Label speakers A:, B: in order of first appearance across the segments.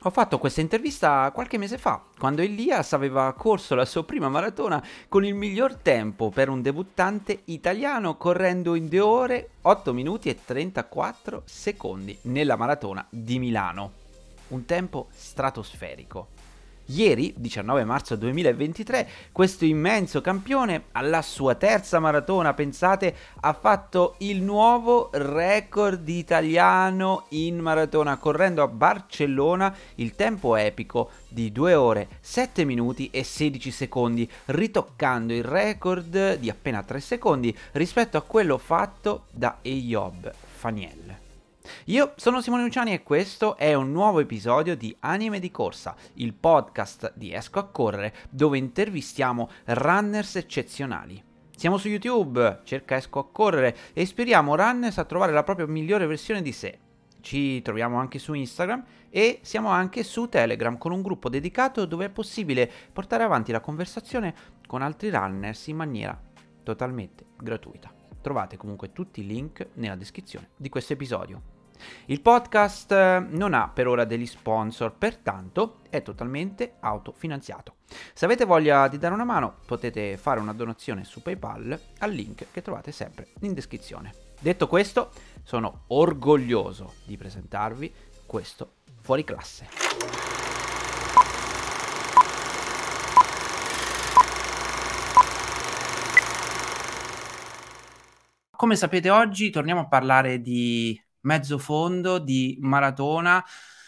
A: Ho fatto questa intervista qualche mese fa, quando Elias aveva corso la sua prima maratona con il miglior tempo per un debuttante italiano, correndo in 2 ore, 8 minuti e 34 secondi nella maratona di Milano. Un tempo stratosferico. Ieri, 19 marzo 2023, questo immenso campione alla sua terza maratona, pensate, ha fatto il nuovo record italiano in maratona, correndo a Barcellona il tempo epico di 2 ore, 7 minuti e 16 secondi, ritoccando il record di appena 3 secondi rispetto a quello fatto da Eyob Faniel. Io sono Simone Luciani e questo è un nuovo episodio di Anime di Corsa, il podcast di Esco a Correre, dove intervistiamo runners eccezionali. Siamo su YouTube, cerca Esco a Correre e ispiriamo runners a trovare la propria migliore versione di sé. Ci troviamo anche su Instagram e siamo anche su Telegram con un gruppo dedicato dove è possibile portare avanti la conversazione con altri runners in maniera totalmente gratuita. Trovate comunque tutti i link nella descrizione di questo episodio. Il podcast non ha per ora degli sponsor, pertanto è totalmente autofinanziato. Se avete voglia di dare una mano, potete fare una donazione su PayPal al link che trovate sempre in descrizione. Detto questo, sono orgoglioso di presentarvi questo fuoriclasse. Come sapete, oggi torniamo a parlare di mezzo fondo, di maratona.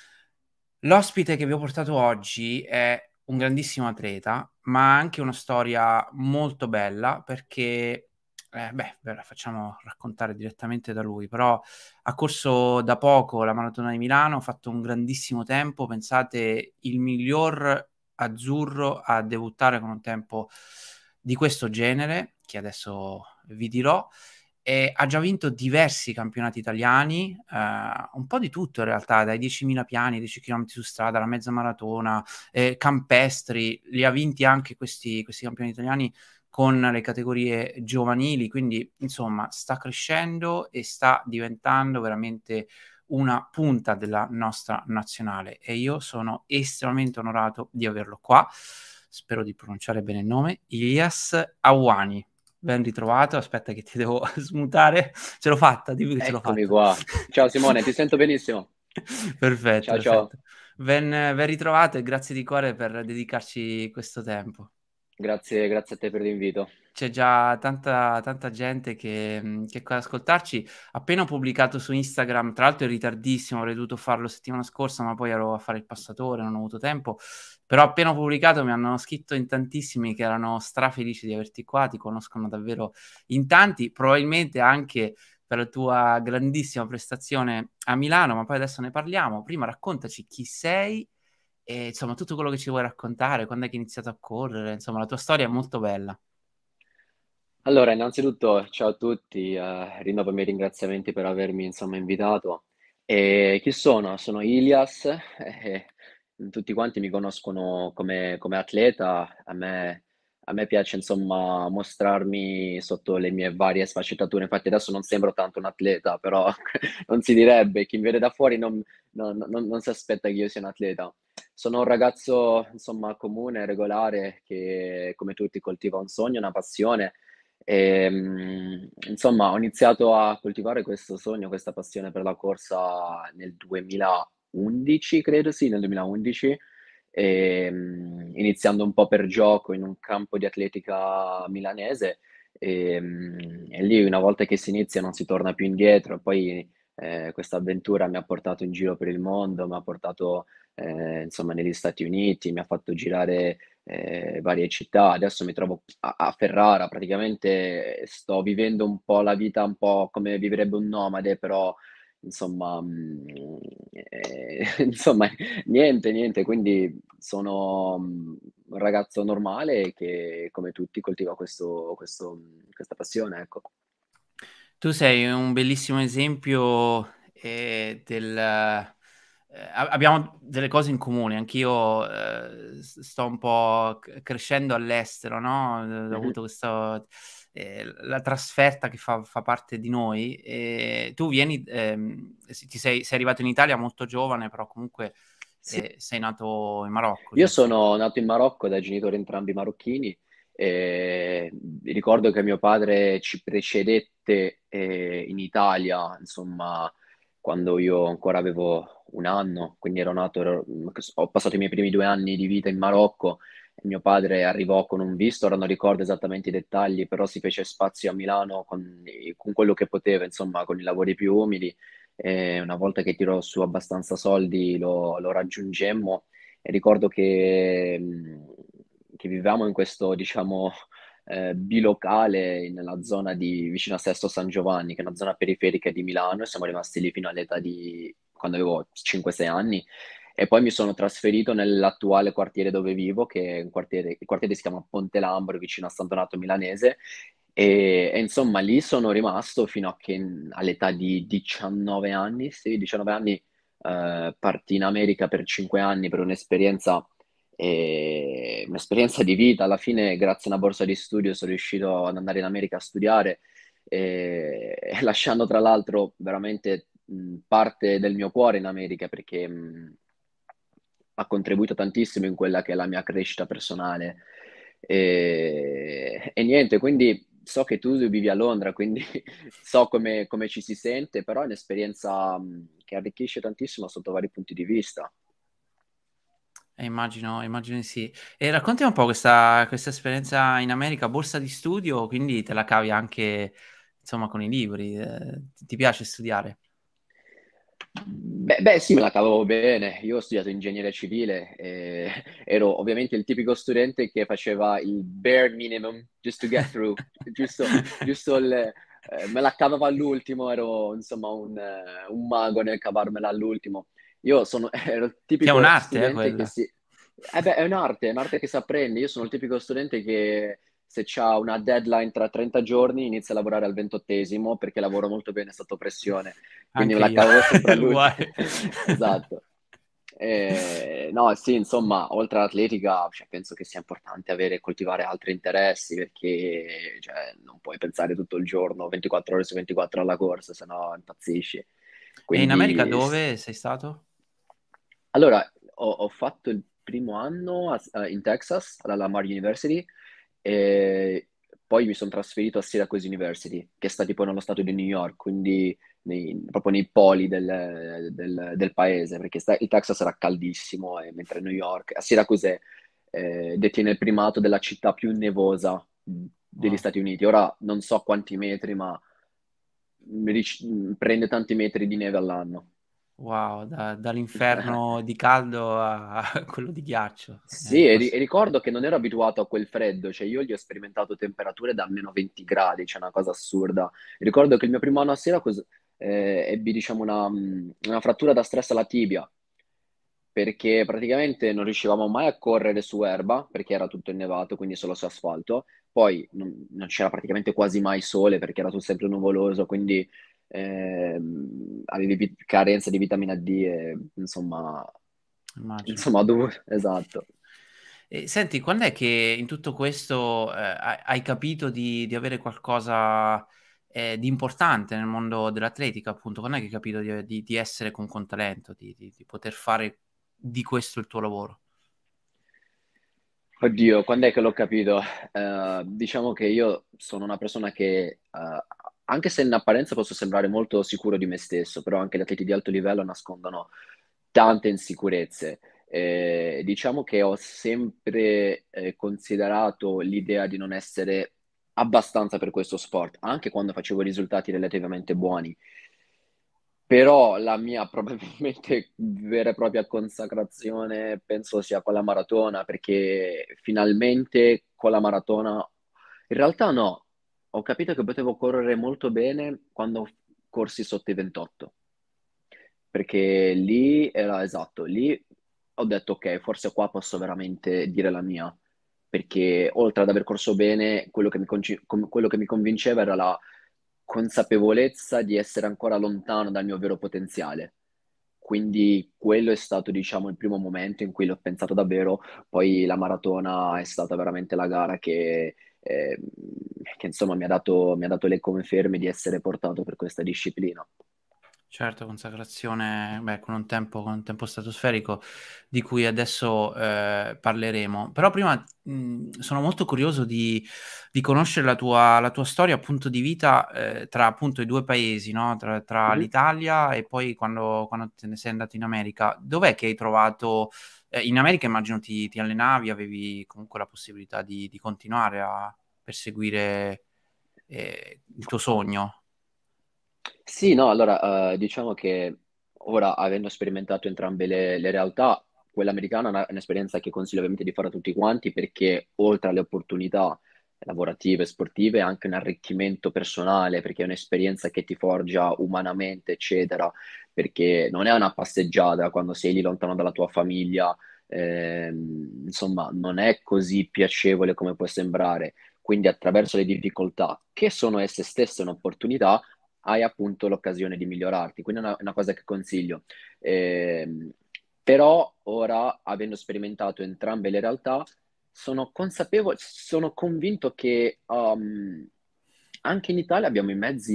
A: L'ospite che vi ho portato oggi è un grandissimo atleta, ma anche una storia molto bella perché, ve la facciamo raccontare direttamente da lui, però ha corso da poco la maratona di Milano, ha fatto un grandissimo tempo, pensate il miglior azzurro a debuttare con un tempo di questo genere, che adesso vi dirò. E ha già vinto diversi campionati italiani, un po' di tutto in realtà, dai 10.000 piani, 10 km su strada, la mezza maratona, campestri, li ha vinti anche questi campioni italiani con le categorie giovanili, quindi insomma sta crescendo e sta diventando veramente una punta della nostra nazionale e io sono estremamente onorato di averlo qua. Spero di pronunciare bene il nome, Ilias Awani. Ben ritrovato, aspetta che ti devo smutare. Ce l'ho fatta, dimmi che ce l'ho
B: Eccomi
A: fatta.
B: qua. Ciao Simone, ti sento benissimo.
A: Perfetto,
B: Ciao ciao.
A: perfetto. Ben ritrovato e grazie di cuore per dedicarci questo tempo.
B: Grazie a te per l'invito.
A: C'è già tanta gente che qua ad ascoltarci. Appena ho pubblicato su Instagram, tra l'altro è ritardissimo, avrei dovuto farlo settimana scorsa, ma poi ero a fare il passatore, non ho avuto tempo. Però appena ho pubblicato mi hanno scritto in tantissimi che erano strafelici di averti qua, ti conoscono davvero in tanti, probabilmente anche per la tua grandissima prestazione a Milano, ma poi adesso ne parliamo. Prima raccontaci chi sei e insomma tutto quello che ci vuoi raccontare, quando è che hai iniziato a correre, insomma la tua storia è molto bella.
B: Allora, innanzitutto, ciao a tutti, rinnovo i miei ringraziamenti per avermi, insomma, invitato. E chi sono? Sono Ilias, tutti quanti mi conoscono come atleta. A me piace, insomma, mostrarmi sotto le mie varie sfaccettature. Infatti adesso non sembro tanto un atleta, però non si direbbe, chi mi vede da fuori non si aspetta che io sia un atleta. Sono un ragazzo, insomma, comune, regolare, che come tutti coltiva un sogno, una passione. Insomma, ho iniziato a coltivare questo sogno, questa passione per la corsa nel 2011, credo, sì, nel 2011, iniziando un po' per gioco in un campo di atletica milanese. E lì una volta che si inizia non si torna più indietro. Poi questa avventura mi ha portato in giro per il mondo, mi ha portato insomma negli Stati Uniti, mi ha fatto girare varie città. Adesso mi trovo a Ferrara, praticamente sto vivendo un po' la vita un po' come vivrebbe un nomade, però insomma, insomma niente, quindi sono un ragazzo normale che come tutti coltiva questa passione, ecco.
A: Tu sei un bellissimo esempio abbiamo delle cose in comune, anch'io sto un po' crescendo all'estero, no? Ho
B: Mh-mh.
A: avuto la trasferta che fa parte di noi. E tu vieni, sei arrivato in Italia molto giovane, però comunque
B: Sì.
A: sei nato in Marocco,
B: Io
A: giusto?
B: sono nato in Marocco da genitori entrambi marocchini e ricordo che mio padre ci precedette in Italia, insomma, quando io ancora avevo un anno, quindi ero nato, ho passato i miei primi 2 anni di vita in Marocco. E mio padre arrivò con un visto, ora non ricordo esattamente i dettagli, però si fece spazio a Milano con quello che poteva, insomma, con i lavori più umili. E una volta che tirò su abbastanza soldi lo raggiungemmo e ricordo che vivevamo in questo, diciamo, bilocale nella zona di vicino a Sesto San Giovanni, che è una zona periferica di Milano, e siamo rimasti lì fino all'età di quando avevo 5-6 anni. E poi mi sono trasferito nell'attuale quartiere dove vivo, che è il quartiere si chiama Ponte Lambro, vicino a San Donato Milanese. E insomma, lì sono rimasto fino a che all'età di 19 anni, sì, 19 anni partì in America per 5 anni per un'esperienza di vita. Alla fine, grazie a una borsa di studio, sono riuscito ad andare in America a studiare, lasciando tra l'altro veramente parte del mio cuore in America perché ha contribuito tantissimo in quella che è la mia crescita personale. E niente, quindi so che tu vivi a Londra, quindi so come ci si sente, però è un'esperienza che arricchisce tantissimo sotto vari punti di vista.
A: Immagino di sì. E raccontami un po' questa esperienza in America, borsa di studio, quindi te la cavi anche, insomma, con i libri. Ti piace studiare?
B: Beh, sì, me la cavavo bene. Io ho studiato ingegneria civile e ero ovviamente il tipico studente che faceva il bare minimum just to get through, giusto me la cavavo all'ultimo, ero insomma un mago nel cavarmela all'ultimo. Ero il
A: Che è
B: tipico
A: un'arte,
B: studente che
A: quella.
B: si... beh, è un'arte che si apprende. Io sono il tipico studente che se c'ha una deadline tra 30 giorni inizia a lavorare al 28esimo perché lavoro molto bene sotto pressione, quindi me
A: Anche
B: la
A: io,
B: cavavo sempre all'ultimo.
A: uguale.
B: Esatto. No, sì, insomma, oltre all'atletica, cioè, penso che sia importante avere, coltivare altri interessi perché cioè, non puoi pensare tutto il giorno, 24 ore su 24 alla corsa, se no impazzisci.
A: E in America
B: Quindi
A: dove sei stato?
B: allora, ho fatto il primo anno in Texas, alla Lamar University, e poi mi sono trasferito a Syracuse University, che sta tipo nello stato di New York, quindi proprio nei poli del paese, perché il Texas era caldissimo, mentre New York, a Syracuse detiene il primato della città più nevosa degli
A: Wow.
B: Stati Uniti. Ora non so quanti metri, ma prende tanti metri di neve all'anno.
A: Wow, dall'inferno di caldo a quello di ghiaccio.
B: Sì,
A: Posso-
B: e ricordo che non ero abituato a quel freddo, cioè io gli ho sperimentato temperature da meno 20 gradi, cioè una cosa assurda. Ricordo che il mio primo anno a Syracuse ebbi, diciamo, una frattura da stress alla tibia, perché praticamente non riuscivamo mai a correre su erba, perché era tutto innevato, quindi solo su asfalto. Poi non c'era praticamente quasi mai sole, perché era tutto sempre nuvoloso, quindi avevi carenza di vitamina D e insomma,
A: Immagino.
B: insomma, esatto.
A: E senti, quando è che in tutto questo hai capito di avere qualcosa di importante nel mondo dell'atletica, appunto? Quando è che hai capito di essere comunque un talento, di poter fare di questo il tuo lavoro?
B: Oddio, quando è che l'ho capito? Diciamo che io sono una persona che, anche se in apparenza posso sembrare molto sicuro di me stesso, però anche gli atleti di alto livello nascondono tante insicurezze. Diciamo che ho sempre, considerato l'idea di non essere abbastanza per questo sport, anche quando facevo risultati relativamente buoni. Però la mia probabilmente vera e propria consacrazione penso sia con la maratona, perché finalmente con la maratona, in realtà no, ho capito che potevo correre molto bene quando corsi sotto i 28, perché lì era esatto, lì ho detto ok, forse qua posso veramente dire la mia, perché oltre ad aver corso bene, quello che mi convinceva era la consapevolezza di essere ancora lontano dal mio vero potenziale. Quindi quello è stato, diciamo, il primo momento in cui l'ho pensato davvero. Poi la maratona è stata veramente la gara che insomma mi ha dato le conferme di essere portato per questa disciplina.
A: Certo, consacrazione, beh, con un tempo stratosferico di cui adesso parleremo. Però prima sono molto curioso di conoscere la tua storia appunto di vita tra appunto i due paesi, no? Tra
B: Mhm.
A: l'Italia e poi quando te ne sei andato in America. Dov'è che hai trovato... in America immagino ti allenavi, avevi comunque la possibilità di continuare a perseguire il tuo sogno.
B: Sì, no, allora, diciamo che ora, avendo sperimentato entrambe le realtà, quella americana è un'esperienza che consiglio ovviamente di fare a tutti quanti perché oltre alle opportunità lavorative, sportive, è anche un arricchimento personale, perché è un'esperienza che ti forgia umanamente, eccetera, perché non è una passeggiata quando sei lì lontano dalla tua famiglia, insomma, non è così piacevole come può sembrare. Quindi attraverso le difficoltà, che sono esse stesse un'opportunità, hai appunto l'occasione di migliorarti. Quindi è una cosa che consiglio. Ehm, Però ora, avendo sperimentato entrambe le realtà, sono consapevole, sono convinto che anche in Italia abbiamo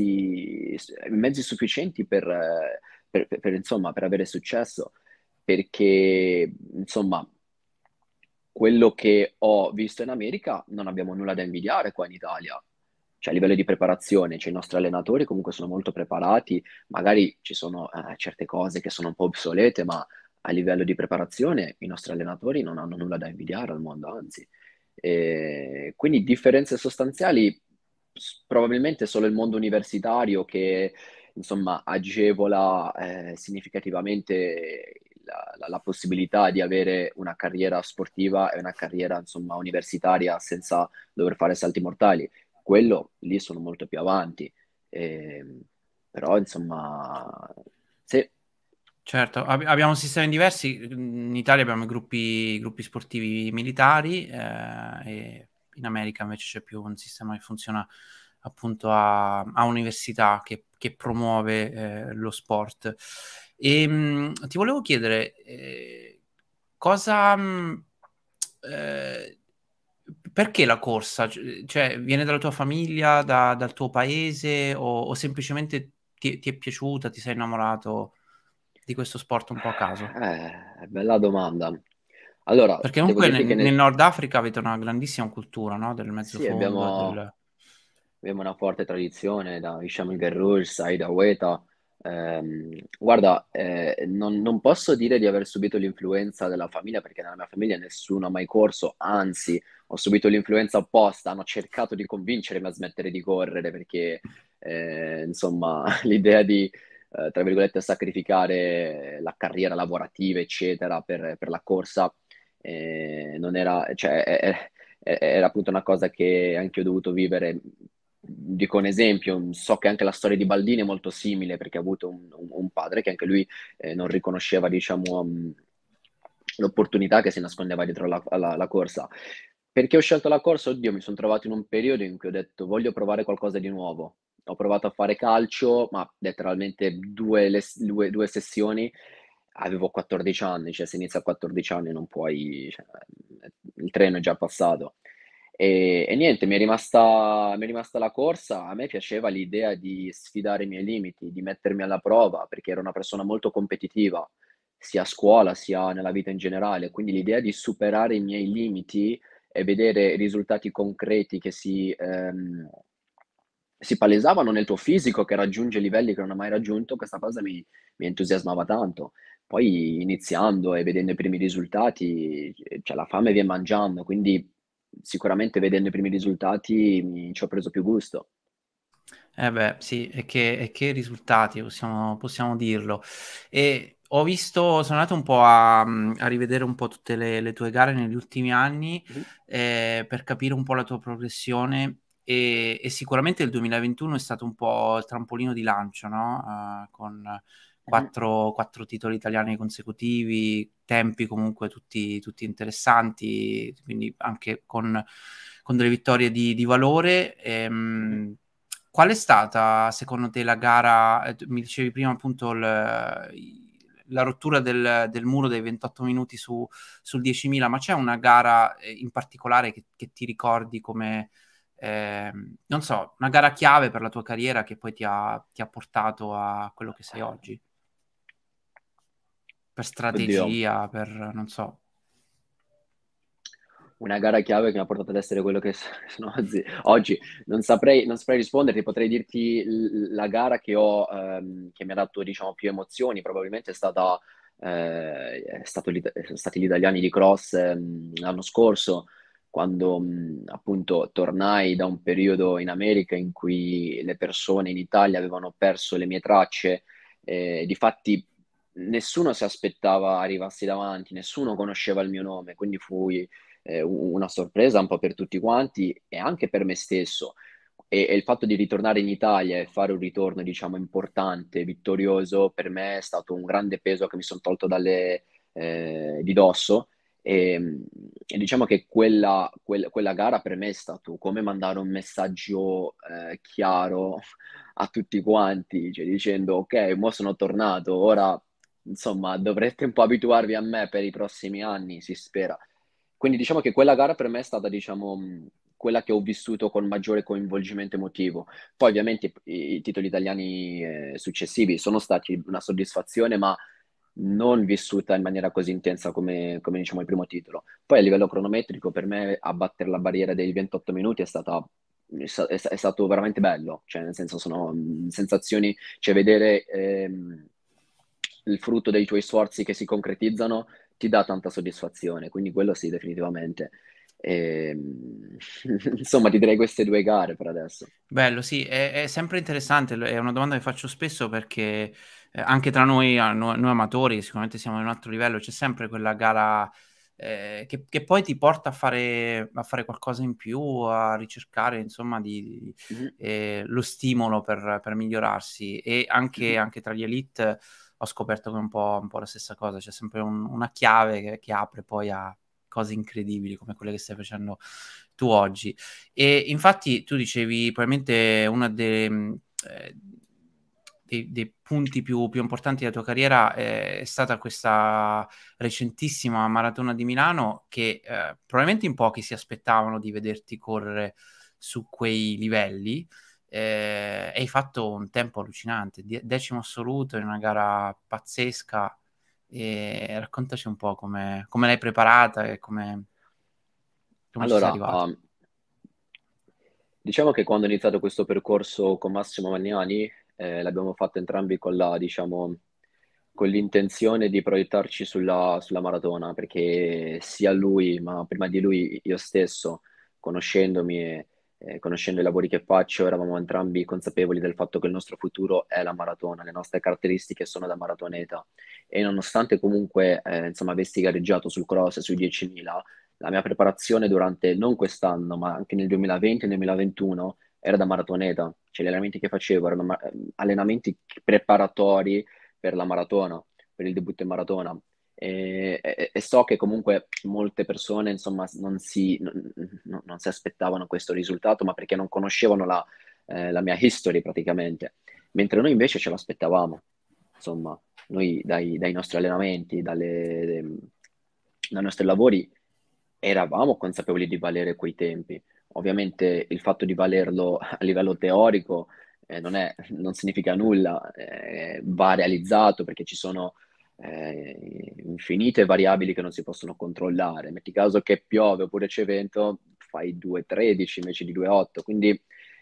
B: i mezzi sufficienti insomma, per avere successo, perché insomma, quello che ho visto in America non abbiamo nulla da invidiare qua in Italia. Cioè, a livello di preparazione, cioè, i nostri allenatori comunque sono molto preparati, magari ci sono certe cose che sono un po' obsolete, ma a livello di preparazione i nostri allenatori non hanno nulla da invidiare al mondo, anzi. Quindi differenze sostanziali, probabilmente solo il mondo universitario che insomma agevola significativamente la possibilità di avere una carriera sportiva e una carriera insomma universitaria senza dover fare salti mortali. Quello lì sono molto più avanti. Ehm, Però insomma, sì.
A: Certo, abbiamo sistemi diversi. In Italia abbiamo i gruppi sportivi militari, e in America invece c'è più un sistema che funziona appunto a università che promuove lo sport. Ti volevo chiedere cosa, eh, perché la corsa? Cioè, viene dalla tua famiglia, dal tuo paese o semplicemente ti è piaciuta, ti sei innamorato di questo sport un po' a caso?
B: Bella domanda. Allora,
A: Perché
B: devo
A: comunque
B: dirti che
A: nel Nord Africa avete una grandissima cultura, no? Del mezzo
B: sì,
A: fondo, del...
B: abbiamo una forte tradizione da Hisham el Guerrouj, Said Aweta. Guarda, non posso dire di aver subito l'influenza della famiglia perché nella mia famiglia nessuno ha mai corso, anzi, ho subito l'influenza opposta, hanno cercato di convincermi a smettere di correre perché, insomma, l'idea di, tra virgolette, sacrificare la carriera lavorativa, eccetera, per la corsa, non era, cioè, era appunto una cosa che anche io ho dovuto vivere. Dico un esempio, so che anche la storia di Baldini è molto simile perché ha avuto un padre che anche lui non riconosceva, diciamo, l'opportunità che si nascondeva dietro la corsa. Perché ho scelto la corsa? Oddio, mi sono trovato in un periodo in cui ho detto voglio provare qualcosa di nuovo. Ho provato a fare calcio, ma letteralmente due sessioni. Avevo 14 anni, cioè se inizia a 14 anni non puoi, cioè, il treno è già passato. E niente, mi è rimasta la corsa. A me piaceva l'idea di sfidare i miei limiti, di mettermi alla prova, perché ero una persona molto competitiva, sia a scuola sia nella vita in generale. Quindi l'idea di superare i miei limiti e vedere risultati concreti che si palesavano nel tuo fisico, che raggiunge livelli che non ha mai raggiunto, questa cosa mi entusiasmava tanto. Poi iniziando e vedendo i primi risultati, cioè la fame vien mangiando, quindi sicuramente vedendo i primi risultati ci ho preso più gusto.
A: Eh beh, sì, e che risultati, possiamo dirlo. E ho visto, sono andato un po' a rivedere un po' tutte le tue gare negli ultimi anni
B: Mhm,
A: per capire un po' la tua progressione e sicuramente il 2021 è stato un po' il trampolino di lancio, no? Con
B: mhm.
A: quattro titoli italiani consecutivi, tempi comunque tutti interessanti, quindi anche con delle vittorie di valore.
B: Mhm.
A: Qual è stata, secondo te, la gara? Mi dicevi prima appunto la rottura del muro dei 28 minuti sul 10.000, ma c'è una gara in particolare che ti ricordi come, Non so, una gara chiave per la tua carriera che poi ti ha portato a quello che sei oggi, per
B: Oddio,
A: strategia, per non so.
B: una gara chiave che mi ha portato ad essere quello che sono oggi. Oggi non saprei risponderti, potrei dirti la gara che mi ha dato, diciamo, più emozioni, probabilmente sono stati gli italiani di cross l'anno scorso, quando appunto tornai da un periodo in America in cui le persone in Italia avevano perso le mie tracce, difatti nessuno si aspettava arrivassi davanti, nessuno conosceva il mio nome, quindi fui una sorpresa un po' per tutti quanti e anche per me stesso. E il fatto di ritornare in Italia e fare un ritorno, diciamo, importante, vittorioso, per me è stato un grande peso che mi sono tolto di dosso. E diciamo che quella gara per me è stato come mandare un messaggio chiaro a tutti quanti, cioè dicendo: ok, mo sono tornato, ora insomma dovrete un po' abituarvi a me per i prossimi anni, si spera. Quindi diciamo che quella gara per me è stata, diciamo, quella che ho vissuto con maggiore coinvolgimento emotivo. Poi ovviamente i titoli italiani successivi sono stati una soddisfazione, ma non vissuta in maniera così intensa come diciamo il primo titolo. Poi a livello cronometrico per me abbattere la barriera dei 28 minuti è stato veramente bello, cioè nel senso sono sensazioni, cioè vedere il frutto dei tuoi sforzi che si concretizzano ti dà tanta soddisfazione, quindi quello sì, definitivamente. Insomma, ti direi queste due gare per adesso.
A: Bello, sì, è sempre interessante, è una domanda che faccio spesso perché anche tra noi, noi amatori, sicuramente siamo in un altro livello, c'è sempre quella gara che poi ti porta a fare qualcosa in più, a ricercare, insomma,
B: Mhm,
A: lo stimolo per migliorarsi. E
B: mhm.
A: anche tra gli elite ho scoperto che è un po' la stessa cosa, c'è sempre una chiave che apre poi a cose incredibili come quelle che stai facendo tu oggi. E infatti tu dicevi, probabilmente uno dei punti più importanti della tua carriera è stata questa recentissima maratona di Milano che probabilmente in pochi si aspettavano di vederti correre su quei livelli. E hai fatto un tempo allucinante, 10° assoluto in una gara pazzesca. E raccontaci un po' come l'hai preparata e come ci sei
B: Allora,
A: arrivato.
B: diciamo che quando ho iniziato questo percorso con Massimo Magnani, l'abbiamo fatto entrambi diciamo, con l'intenzione di proiettarci sulla maratona, perché sia lui, ma prima di lui io stesso, conoscendomi e conoscendo i lavori che faccio, eravamo entrambi consapevoli del fatto che il nostro futuro è la maratona, le nostre caratteristiche sono da maratoneta. E nonostante comunque, insomma, avessi gareggiato sul cross e sui 10.000, la mia preparazione durante, non quest'anno, ma anche nel 2020 e nel 2021, era da maratoneta. Cioè, gli allenamenti che facevo erano allenamenti preparatori per la maratona, per il debutto in maratona. E so che comunque molte persone, insomma, non si aspettavano questo risultato, ma perché non conoscevano la mia history praticamente. Mentre noi invece ce l'aspettavamo. Insomma, noi dai nostri allenamenti, dai nostri lavori, eravamo consapevoli di valere quei tempi. Ovviamente il fatto di valerlo a livello teorico non significa nulla, va realizzato perché ci sono infinite variabili che non si possono controllare. Metti caso che piove oppure c'è vento, fai 2,13 invece di 2,8, quindi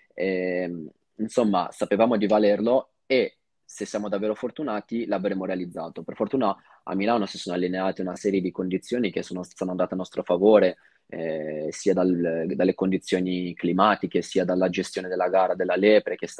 B: insomma sapevamo di valerlo e se siamo davvero fortunati l'avremo realizzato. Per fortuna a Milano si sono allineate una serie di condizioni che sono andate a nostro favore, sia dalle condizioni climatiche, sia dalla gestione della gara della lepre, che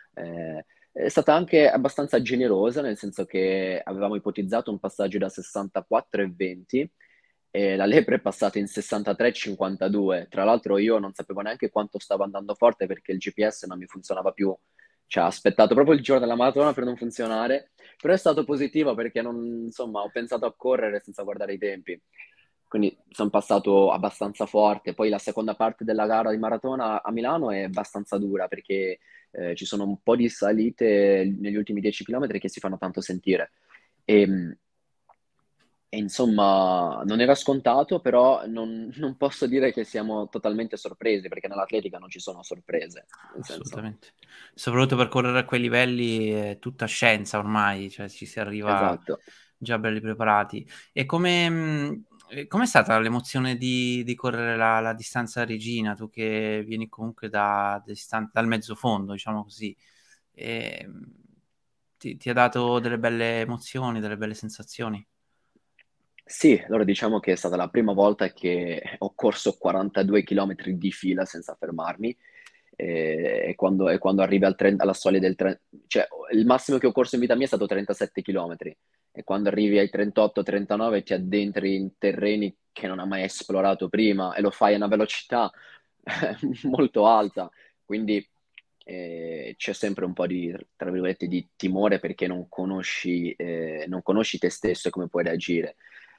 B: è stata anche abbastanza generosa, nel senso che avevamo ipotizzato un passaggio da 64 e 20 e la lepre è passata in 63 e 52. Tra l'altro io non sapevo neanche quanto stavo andando forte perché il GPS non mi funzionava più. Cioè, ho aspettato proprio il giorno della maratona per non funzionare, però è stato positivo perché insomma, ho pensato a correre senza guardare i tempi. Quindi sono passato abbastanza forte. Poi la seconda parte della gara di maratona a Milano è abbastanza dura perché ci sono un po' di salite negli ultimi 10 km che si fanno tanto sentire. E, E insomma, non era scontato, però non posso dire che siamo totalmente sorpresi, perché nell'atletica non ci sono sorprese, nel senso,
A: Assolutamente. Soprattutto per correre a quei livelli è tutta scienza ormai, cioè ci si arriva
B: esatto.
A: già belli preparati. E com'è stata l'emozione di correre la distanza regina, tu che vieni comunque dal mezzo fondo, diciamo così? E, ti ha dato delle belle emozioni, delle belle sensazioni?
B: Sì, allora diciamo che è stata la prima volta che ho corso 42 km di fila senza fermarmi e quando arrivi alla soglia del 30, cioè il massimo che ho corso in vita mia è stato 37 km e quando arrivi ai 38-39 ti addentri in terreni che non hai mai esplorato prima e lo fai a una velocità molto alta, quindi c'è sempre un po' di, tra virgolette, di timore perché non conosci te stesso e come puoi reagire.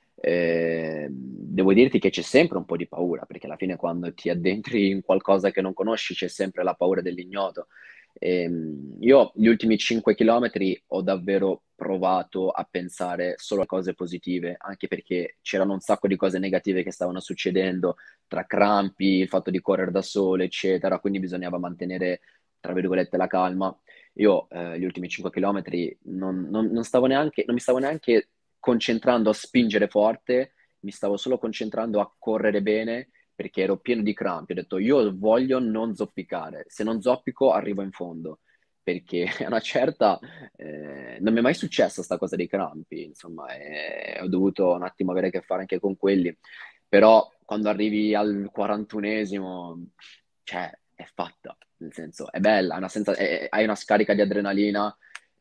B: Devo dirti che c'è sempre un po' di paura, perché alla fine quando ti addentri in qualcosa che non conosci c'è sempre la paura dell'ignoto. Io gli ultimi 5 chilometri ho davvero provato a pensare solo a cose positive, anche perché c'erano un sacco di cose negative che stavano succedendo, tra crampi, il fatto di correre da solo, eccetera, quindi bisognava mantenere, tra virgolette, la calma. Io gli ultimi 5 chilometri non mi stavo neanche concentrando a spingere forte, mi stavo solo concentrando a correre bene perché ero pieno di crampi. Ho detto io voglio non zoppicare, se non zoppico arrivo in fondo. Perché a una certa non mi è mai successa sta cosa dei crampi, insomma, e ho dovuto un attimo avere a che fare anche con quelli. Però quando arrivi al 41esimo, cioè, è fatta, nel senso, è bella, hai una scarica di adrenalina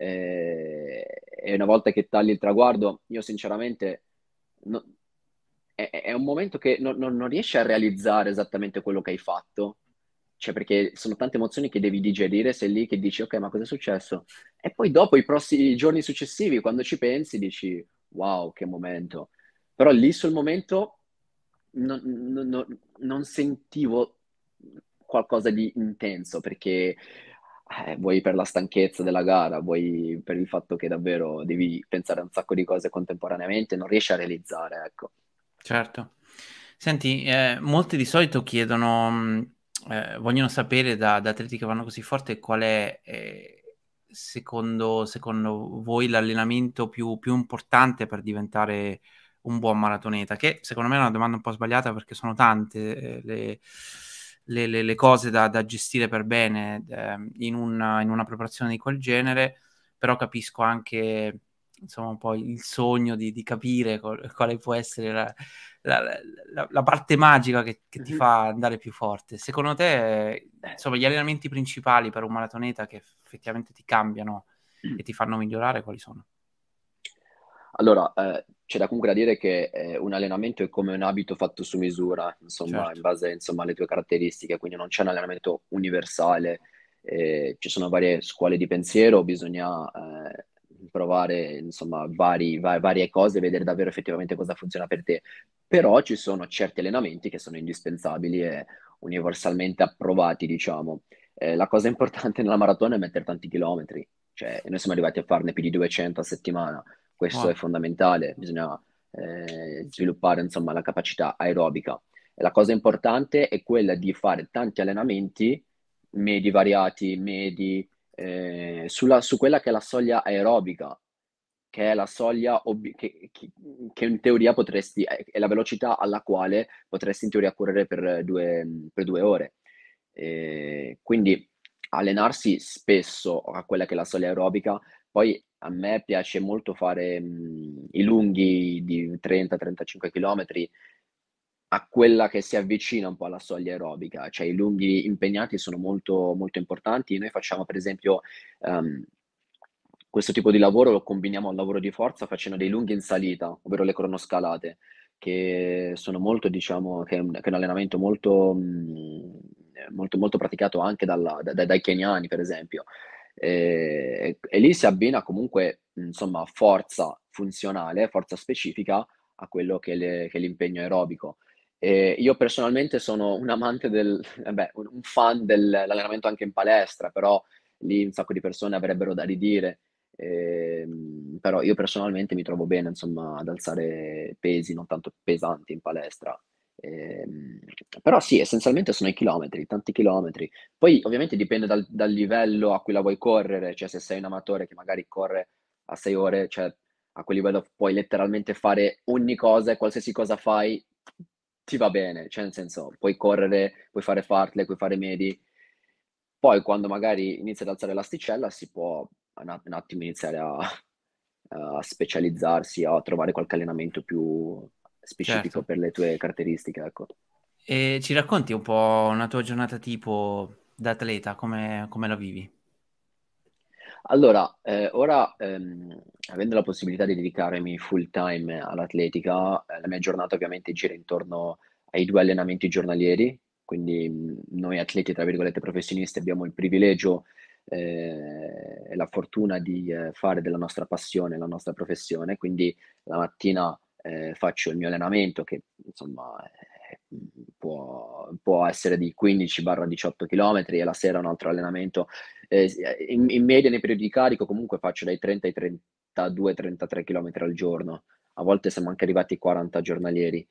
B: e una volta che tagli il traguardo, io sinceramente no- è un momento che non riesci a realizzare esattamente quello che hai fatto, cioè perché sono tante emozioni che devi digerire, sei lì che dici ok, ma cosa è successo? E poi dopo i prossimi giorni successivi, quando ci pensi, dici wow, che momento. Però lì sul momento non sentivo qualcosa di intenso perché vuoi per la stanchezza della gara, vuoi per il fatto che davvero devi pensare a un sacco di cose contemporaneamente, non riesci a realizzare, ecco.
A: Certo. Senti, molti di solito chiedono, vogliono sapere da atleti che vanno così forte qual è, secondo voi l'allenamento più importante per diventare un buon maratoneta, che secondo me è una domanda un po' sbagliata perché sono tante, le cose da gestire per bene, in una preparazione di quel genere, però capisco anche, insomma, un po' il sogno di capire quale può essere la, la parte magica che ti
B: Mhm.
A: fa andare più forte. Secondo te, insomma, gli allenamenti principali per un maratoneta che effettivamente ti cambiano e ti fanno migliorare, quali sono?
B: Allora, c'è da comunque da dire che un allenamento è come un abito fatto su misura, insomma, in
A: Certo,
B: base, insomma, alle tue caratteristiche, quindi non c'è un allenamento universale, ci sono varie scuole di pensiero, bisogna provare, insomma, varie cose e vedere davvero effettivamente cosa funziona per te. Però ci sono certi allenamenti che sono indispensabili e universalmente approvati, diciamo. La cosa importante nella maratona è mettere tanti chilometri, cioè noi siamo arrivati a farne più di 200 a settimana, questo è
A: wow,
B: fondamentale, bisogna sviluppare insomma la capacità aerobica. E la cosa importante è quella di fare tanti allenamenti medi variati, medi, su quella che è la soglia aerobica, che è la soglia che in teoria è la velocità alla quale potresti in teoria correre per 2 ore. Quindi allenarsi spesso a quella che è la soglia aerobica, poi a me piace molto fare i lunghi di 30-35 km a quella che si avvicina un po' alla soglia aerobica, cioè i lunghi impegnati sono molto, molto importanti. Noi facciamo per esempio questo tipo di lavoro lo combiniamo al lavoro di forza facendo dei lunghi in salita, ovvero le cronoscalate, che sono molto, diciamo, che è un allenamento molto, molto, molto praticato anche dai keniani, per esempio. E lì si abbina comunque, insomma, forza funzionale, forza specifica a quello che è l'impegno aerobico. Io personalmente sono un amante vabbè, un fan dell'allenamento anche in palestra, però lì un sacco di persone avrebbero da ridire. Però io personalmente mi trovo bene, insomma, ad alzare pesi non tanto pesanti in palestra. Ehm, Però sì, essenzialmente sono i chilometri, tanti chilometri. Poi ovviamente dipende dal livello a cui la vuoi correre, cioè se sei un amatore che magari corre a 6 ore, cioè a quel livello puoi letteralmente fare ogni cosa e qualsiasi cosa fai ti va bene, cioè nel senso puoi correre, puoi fare fartlek, puoi fare medi. Poi quando magari inizi ad alzare l'asticella si può un attimo iniziare a specializzarsi, a trovare qualche allenamento più specifico
A: Certo.
B: per le tue caratteristiche, ecco.
A: E ci racconti un po' una tua giornata tipo da atleta, come la vivi?
B: Allora, ora, avendo la possibilità di dedicarmi full time all'atletica, la mia giornata ovviamente gira intorno ai 2 allenamenti giornalieri, quindi, noi atleti, tra virgolette, "professionisti" abbiamo il privilegio, e la fortuna di, fare della nostra passione la nostra professione, quindi la mattina, faccio il mio allenamento che insomma, può essere di 15/18 chilometri e la sera un altro allenamento. In media nei periodi di carico comunque faccio dai 30 ai 32, 33 chilometri al giorno. A volte siamo anche arrivati ai 40 giornalieri.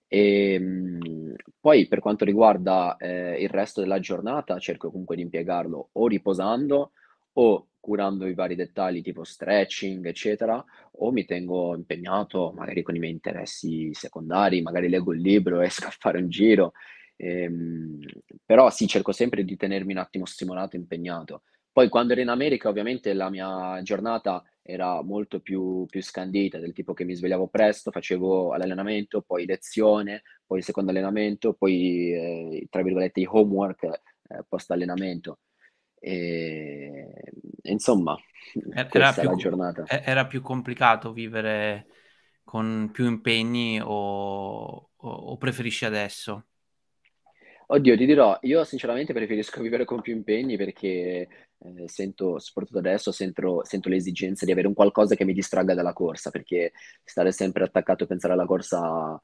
B: Poi per quanto riguarda, il resto della giornata cerco comunque di impiegarlo o riposando o curando i vari dettagli tipo stretching, eccetera, o mi tengo impegnato magari con i miei interessi secondari, magari leggo il libro, esco a fare un giro. Ehm, Però sì, cerco sempre di tenermi un attimo stimolato e impegnato. Poi quando ero in America ovviamente la mia giornata era molto più scandita, del tipo che mi svegliavo presto, facevo l'allenamento, poi lezione, poi il secondo allenamento, poi, tra virgolette, i "homework", post allenamento. Ehm, insomma,
A: Era
B: questa è
A: più,
B: la giornata.
A: era più complicato vivere con più impegni o preferisci adesso?
B: Oddio, ti dirò, io sinceramente preferisco vivere con più impegni perché, sento soprattutto adesso, sento l'esigenza di avere un qualcosa che mi distragga dalla corsa, perché stare sempre attaccato a pensare alla corsa,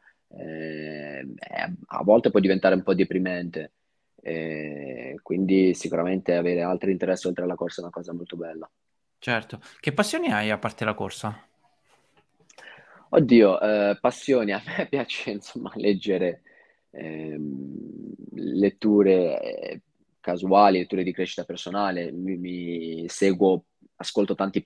B: a volte può diventare un po' deprimente. Quindi sicuramente avere altri interessi oltre alla corsa è una cosa molto bella.
A: Certo. Che passioni hai a parte la corsa?
B: Oddio, passioni, a me piace insomma leggere, letture, casuali, letture di crescita personale, mi seguo ascolto tanti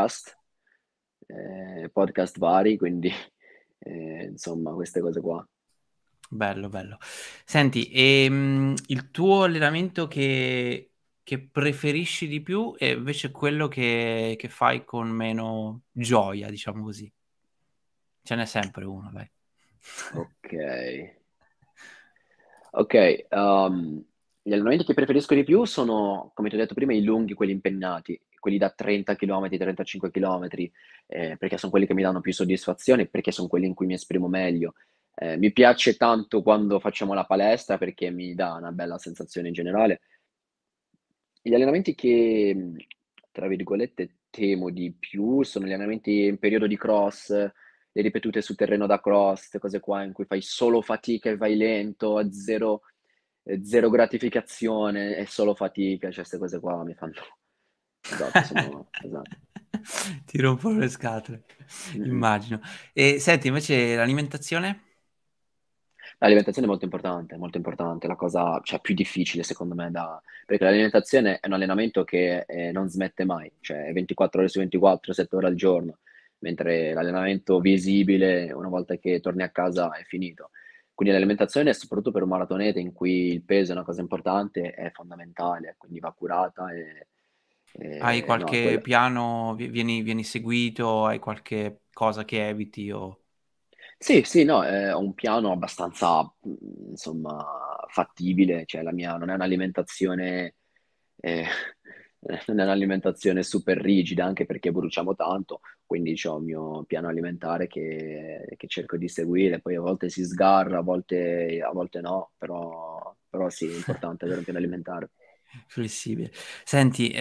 B: podcast vari, quindi, insomma queste cose qua.
A: Bello, bello. Senti, il tuo allenamento che preferisci di più e invece quello che fai con meno gioia, diciamo così. Ce n'è sempre uno, dai.
B: Okay. Okay, gli allenamenti che preferisco di più sono, come ti ho detto prima, i lunghi, quelli impegnati, quelli da 30 chilometri, 35 chilometri, perché son quelli che mi danno più soddisfazione, perché son quelli in cui mi esprimo meglio. Mi piace tanto quando facciamo la palestra perché mi dà una bella sensazione in generale. Gli allenamenti che, tra virgolette, "temo" di più sono gli allenamenti in periodo di cross, le ripetute su terreno da cross, 'ste cose qua in cui fai solo fatica e vai lento, a zero gratificazione e solo fatica, cioè 'ste cose qua mi fanno esatto, sono pesanti.
A: Ti rompono le scatole,
B: Mh-mh.
A: immagino. E senti, invece l'alimentazione?
B: L'alimentazione è molto importante, la cosa cioè più difficile secondo me da perché l'alimentazione è un allenamento che, non smette mai, cioè è 24 ore su 24, 7 ore al giorno, mentre l'allenamento visibile una volta che torni a casa è finito. Quindi l'alimentazione, soprattutto per un maratoneta in cui il peso è una cosa importante, è fondamentale, quindi va curata
A: Hai
B: no,
A: qualche
B: quella
A: piano, vieni seguito, hai qualche cosa che eviti o...
B: sì, sì, no, ho un piano abbastanza, insomma fattibile, cioè la mia non è un'alimentazione ehm, non è un'alimentazione super rigida, anche perché bruciamo tanto, quindi c'ho il mio piano alimentare che cerco di seguire, poi a volte si sgarra, a volte no, però sì, è importante avere un piano alimentare.
A: Flessibile. Senti,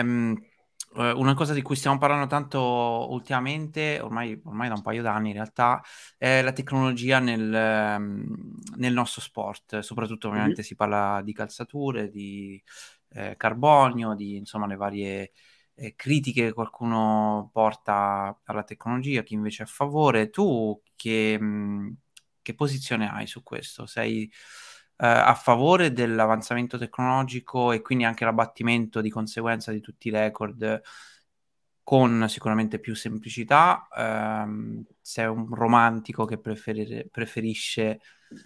A: una cosa di cui stiamo parlando tanto ultimamente, ormai da un paio d'anni in realtà, è la tecnologia nel nostro sport. Soprattutto
B: Mh-mh.
A: ovviamente si parla di calzature, di, carbonio, di insomma le varie, critiche che qualcuno porta alla tecnologia, chi invece è a favore. Tu che posizione hai su questo? Sei a favore dell'avanzamento tecnologico e quindi anche l'abbattimento di conseguenza di tutti i record con sicuramente più semplicità? Sei un romantico che preferisce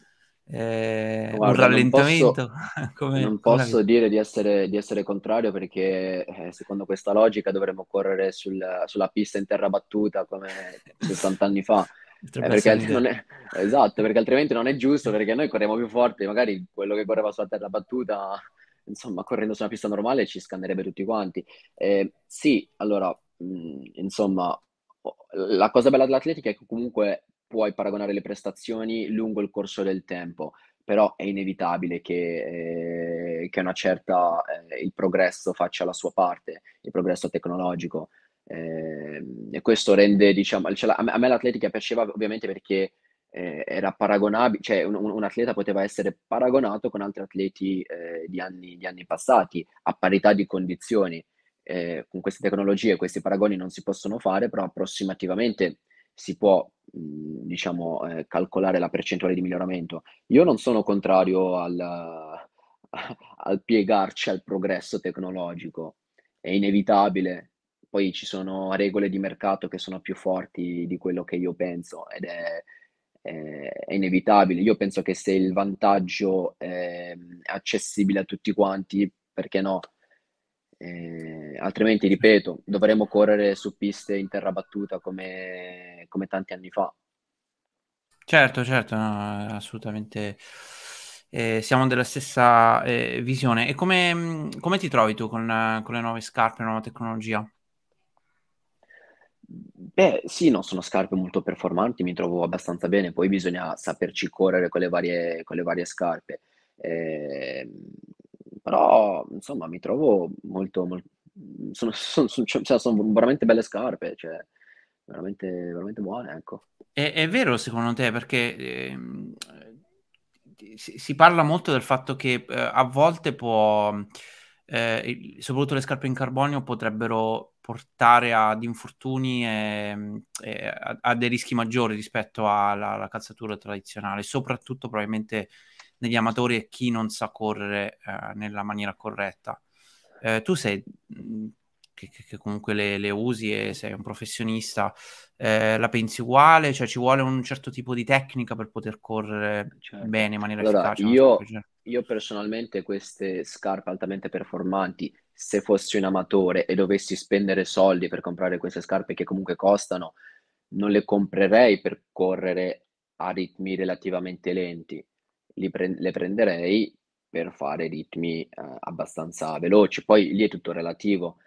A: un
B: Guarda,
A: rallentamento? Come
B: non
A: la vedi?
B: posso dire di essere contrario perché secondo questa logica dovremmo correre sulla pista in terra battuta come 60 anni fa.
A: Potrebbe
B: Perché
A: essere un'idea.
B: non è, esatto, perché altrimenti non è giusto, perché noi corriamo più forte, magari quello che correva sulla terra battuta, insomma, correndo su una pista normale ci scannerebbe tutti quanti. Sì, allora, insomma, la cosa bella dell'atletica è che comunque puoi paragonare le prestazioni lungo il corso del tempo, però è inevitabile che una certa, il progresso faccia la sua parte, il progresso tecnologico. E questo rende, diciamo, cioè, a me l'atletica piaceva ovviamente perché era paragonabile, cioè un atleta poteva essere paragonato con altri atleti di anni passati, a parità di condizioni. Con queste tecnologie questi paragoni non si possono fare, però approssimativamente si può, diciamo, calcolare la percentuale di miglioramento. Io non sono contrario al piegarci al progresso tecnologico, è inevitabile. Poi ci sono regole di mercato che sono più forti di quello che io penso ed è inevitabile. Io penso che se il vantaggio è accessibile a tutti quanti, perché no? Altrimenti, ripeto, dovremmo correre su piste in terra battuta come tanti anni fa.
A: Certo, certo, no, assolutamente. Siamo della stessa visione. E come ti trovi tu con le nuove scarpe, la nuova tecnologia?
B: Beh, sì, no, sono scarpe molto performanti, mi trovo abbastanza bene, poi bisogna saperci correre con le varie scarpe. Ehm, Però, insomma, mi trovo cioè, sono veramente belle scarpe, cioè, veramente buone, ecco.
A: È vero secondo te? Perché si parla molto del fatto che a volte soprattutto le scarpe in carbonio potrebbero portare ad infortuni e a dei rischi maggiori rispetto alla calzatura tradizionale, soprattutto probabilmente negli amatori e chi non sa correre nella maniera corretta. Tu sei che comunque le usi e sei un professionista, la pensi uguale? Cioè ci vuole un certo tipo di tecnica per poter correre
B: Certo.
A: bene, in maniera
B: Allora,
A: efficace, una scarpa del genere?
B: io personalmente queste scarpe altamente performanti, se fossi un amatore e dovessi spendere soldi per comprare queste scarpe che comunque costano, non le comprerei per correre a ritmi relativamente lenti. Le prenderei per fare ritmi abbastanza veloci. Poi lì è tutto relativo.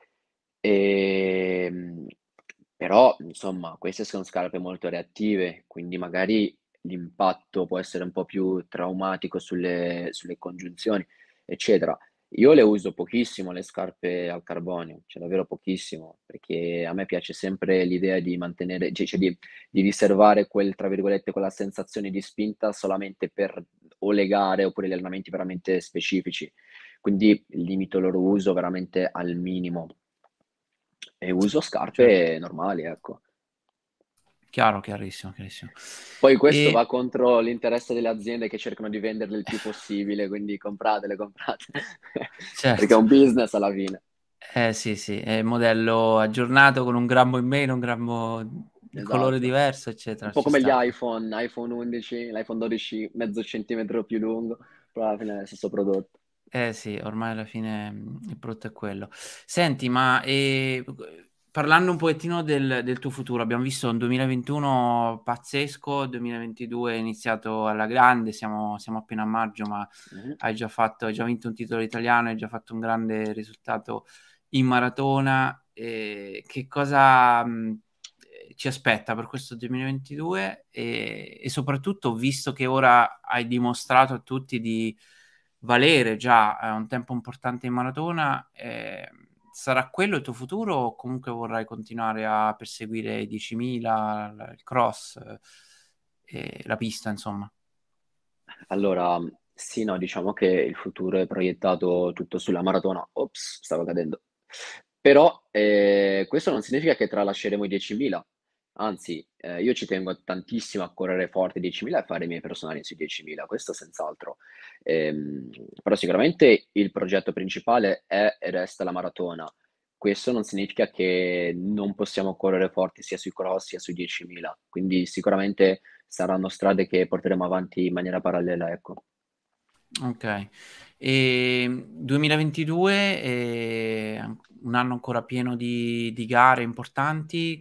B: Ehm, Però insomma queste sono scarpe molto reattive, quindi magari l'impatto può essere un po' più traumatico sulle congiunzioni, eccetera. Io le uso pochissimo le scarpe al carbonio, cioè davvero pochissimo, perché a me piace sempre l'idea di mantenere, cioè di riservare quel, tra virgolette, quella sensazione di spinta solamente per o le gare oppure gli allenamenti veramente specifici. Quindi limito il loro uso veramente al minimo e uso
A: Certo,
B: scarpe normali, ecco.
A: chiaro, chiarissimo, chiarissimo.
B: Poi questo
A: E
B: va contro l'interesse delle aziende che cercano di venderle il più possibile, quindi compratele, comprate, perché è
A: certo,
B: un business alla fine.
A: sì, sì, è modello aggiornato con un grammo in meno, un grammo di colore
B: Esatto.
A: diverso,
B: Un
A: eccetera,
B: po'
A: ci
B: come gli
A: sta.
B: iPhone 11, l'iPhone 12 mezzo centimetro più lungo, però alla fine è lo stesso prodotto.
A: Eh sì, ormai alla fine il prodotto è quello. Senti, ma parlando un pochettino del tuo futuro, abbiamo visto un 2021 pazzesco, 2022 è iniziato alla grande, siamo appena a maggio, ma
B: Mhm.
A: hai già vinto un titolo italiano, hai già fatto un grande risultato in maratona. Che cosa ci aspetta per questo 2022? E soprattutto, visto che ora hai dimostrato a tutti di valere già un tempo importante in maratona, sarà quello il tuo futuro o comunque vorrai continuare a perseguire i 10.000, il cross, la pista, insomma?
B: Allora, sì, no, diciamo che il futuro è proiettato tutto sulla maratona. Ops, stavo cadendo. Però questo non significa che tralasceremo i 10.000, anzi io ci tengo tantissimo a correre forte i 10.000 e fare i miei personali sui 10.000, questo senz'altro. Ehm, Però sicuramente il progetto principale è e resta la maratona. Questo non significa che non possiamo correre forte sia sui cross sia sui 10.000, quindi sicuramente saranno strade che porteremo avanti in maniera parallela, ecco.
A: Ok. E 2022 è un anno ancora pieno di gare importanti.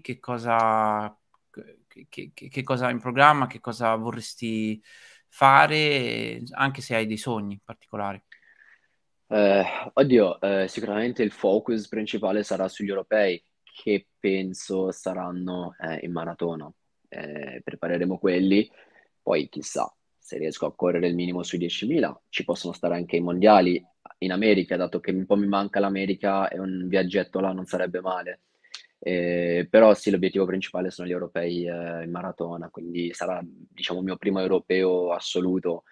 A: Che cosa hai in programma? Che cosa vorresti fare? Anche se hai dei sogni particolari.
B: Eh, Oddio, sicuramente il focus principale sarà sugli europei, che penso saranno in maratona. Prepareremo quelli, poi chissà se riesco a correre il minimo sui 10.000. Ci possono stare anche i mondiali in America, dato che un po' mi manca l'America e un viaggetto là non sarebbe male. Però sì, l'obiettivo principale sono gli europei in maratona, quindi sarà, diciamo, il mio primo europeo assoluto.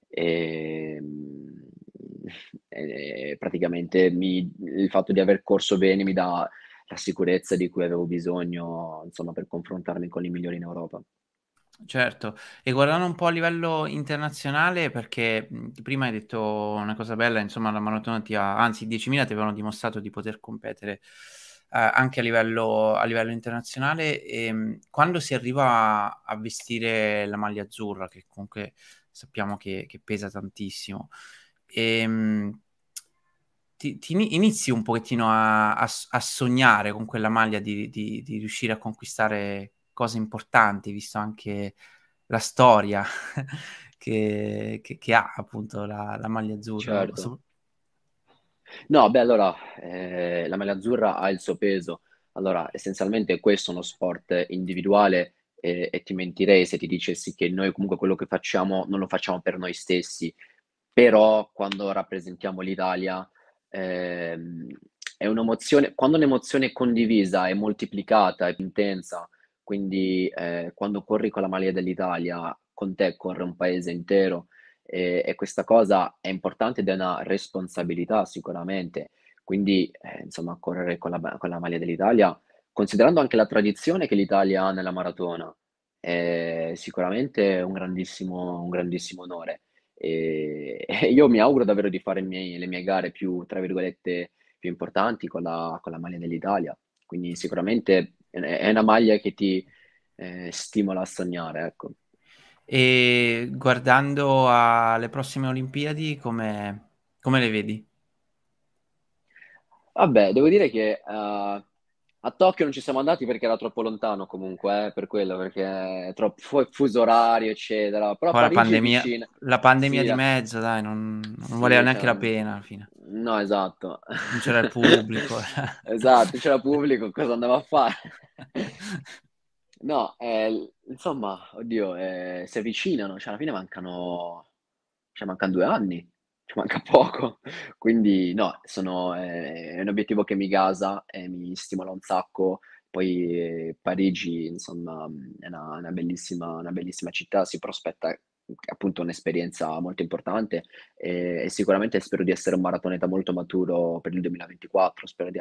B: Ehm, Praticamente il fatto di aver corso bene mi dà la sicurezza di cui avevo bisogno, insomma, per confrontarmi con i migliori in Europa.
A: Certo, e guardando un po' a livello internazionale, perché prima hai detto una cosa bella, insomma, la maratona anzi, i 10.000 ti avevano dimostrato di poter competere anche a livello internazionale. E, quando si arriva a vestire la maglia azzurra, che comunque sappiamo che pesa tantissimo, ehm, inizi un pochettino a sognare con quella maglia di riuscire a conquistare cose importanti, visto anche la storia che ha appunto la maglia azzurra, no?
B: Certo. No, beh, allora, la maglia azzurra ha il suo peso. Allora, essenzialmente questo è uno sport individuale e ti mentirei se ti dicessi che noi comunque quello che facciamo non lo facciamo per noi stessi, però quando rappresentiamo l'Italia ehm, è un'emozione, quando un'emozione è condivisa, è moltiplicata, è più intensa, quindi quando corri con la maglia dell'Italia, con te corre un paese intero e questa cosa è importante ed è una responsabilità sicuramente. Quindi, insomma, correre con la maglia dell'Italia, considerando anche la tradizione che l'Italia ha nella maratona, è sicuramente un grandissimo onore. E io mi auguro davvero di fare le mie gare più, tra virgolette, più importanti con la maglia dell'Italia. Quindi sicuramente è una maglia che ti stimola a sognare, ecco.
A: E guardando alle prossime Olimpiadi, come le vedi?
B: Vabbè, devo dire che a Tokyo non ci siamo andati perché era troppo lontano comunque, per quello, perché è troppo fuso orario, eccetera. Però
A: Poi
B: Parigi è vicina.
A: la pandemia
B: Sì,
A: di mezzo, dai, non valeva
B: sì,
A: neanche la pena alla fine.
B: no, esatto.
A: Non c'era il pubblico.
B: Esatto, c'era pubblico, cosa andava a fare? No, insomma, oddio, si avvicinano, cioè alla fine mancano 2 anni, ci manca poco. Quindi no, è un obiettivo che mi gasa e mi stimola un sacco. Poi Parigi, insomma, è una bellissima città, si prospetta appunto un'esperienza molto importante e sicuramente spero di essere un maratoneta molto maturo per il 2024. Spero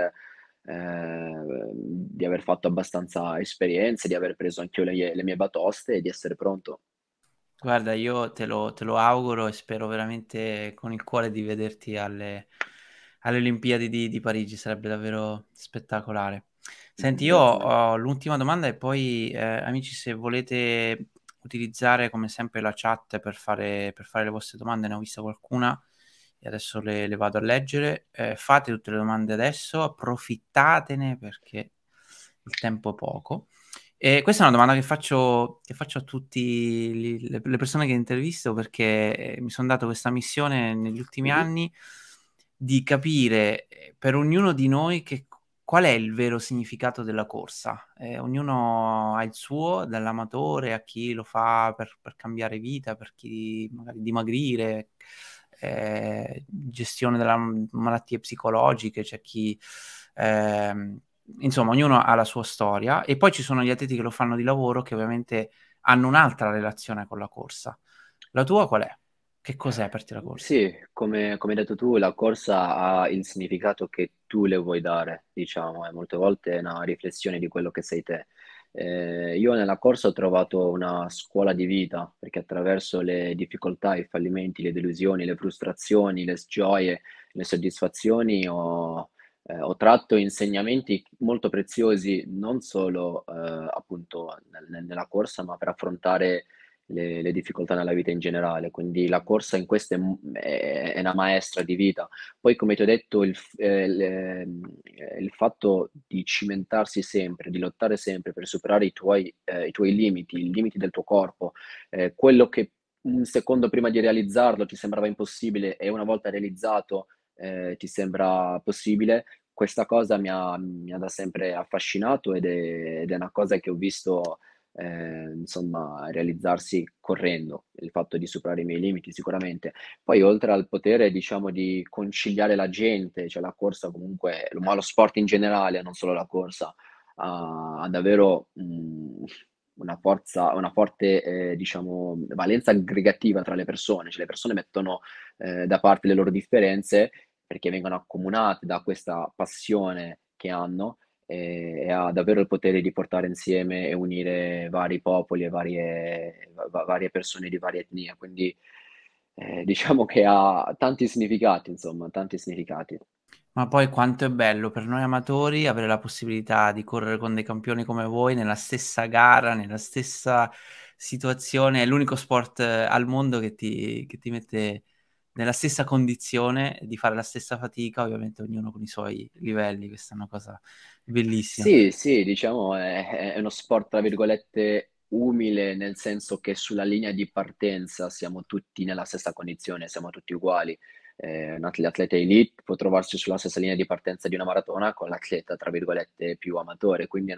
B: di aver fatto abbastanza esperienze, di aver preso anch'io le mie batoste e di essere pronto.
A: Guarda, io te lo auguro e spero veramente con il cuore di vederti alle Olimpiadi di Parigi, sarebbe davvero spettacolare. Senti, io
B: Grazie mille.
A: ho l'ultima domanda e poi, amici, se volete utilizzare come sempre la chat per fare le vostre domande, ne ho vista qualcuna e adesso le vado a leggere. Fate tutte le domande adesso, approfittatene perché il tempo è poco. E questa è una domanda che faccio a tutte le persone che intervisto perché mi sono dato questa missione negli ultimi
B: Mhm.
A: anni di capire per ognuno di noi qual è il vero significato della corsa. Ognuno ha il suo, dall'amatore a chi lo fa per cambiare vita, per chi magari dimagrire, gestione delle malattie psicologiche, c'è chi insomma, ognuno ha la sua storia e poi ci sono gli atleti che lo fanno di lavoro che ovviamente hanno un'altra relazione con la corsa. La tua qual è? Che cos'è per te la corsa?
B: Sì, come hai detto tu, la corsa ha il significato che tu le vuoi dare, diciamo, e molte volte è una riflessione di quello che sei te. Io nella corsa ho trovato una scuola di vita, perché attraverso le difficoltà, i fallimenti, le delusioni, le frustrazioni, le gioie, le soddisfazioni ho tratto insegnamenti molto preziosi, non solo appunto nella corsa, ma per affrontare le difficoltà nella vita in generale. Quindi la corsa in questo è una maestra di vita. Poi, come ti ho detto, il fatto di cimentarsi sempre, di lottare sempre per superare i tuoi limiti, i limiti del tuo corpo, quello che un secondo prima di realizzarlo ti sembrava impossibile e una volta realizzato, ti sembra possibile, questa cosa mi ha da sempre affascinato ed è una cosa che ho visto insomma, realizzarsi correndo, il fatto di superare i miei limiti sicuramente. Poi oltre al potere, diciamo, di conciliare la gente, cioè la corsa comunque, ma lo sport in generale, non solo la corsa, ha davvero una forte, diciamo, valenza aggregativa tra le persone, cioè le persone mettono da parte le loro differenze perché vengono accomunate da questa passione che hanno e ha davvero il potere di portare insieme e unire vari popoli e varie persone di varie etnie. Quindi diciamo che ha tanti significati, insomma, tanti significati.
A: Ma poi quanto è bello per noi amatori avere la possibilità di correre con dei campioni come voi nella stessa gara, nella stessa situazione. È l'unico sport al mondo che ti mette nella stessa condizione di fare la stessa fatica, ovviamente ognuno con i suoi livelli. Questa è una cosa bellissima.
B: Sì, sì, diciamo è uno sport tra virgolette "umile", nel senso che sulla linea di partenza siamo tutti nella stessa condizione, siamo tutti uguali. L'atleta elite può trovarsi sulla stessa linea di partenza di una maratona con l'atleta tra virgolette "più amatore", quindi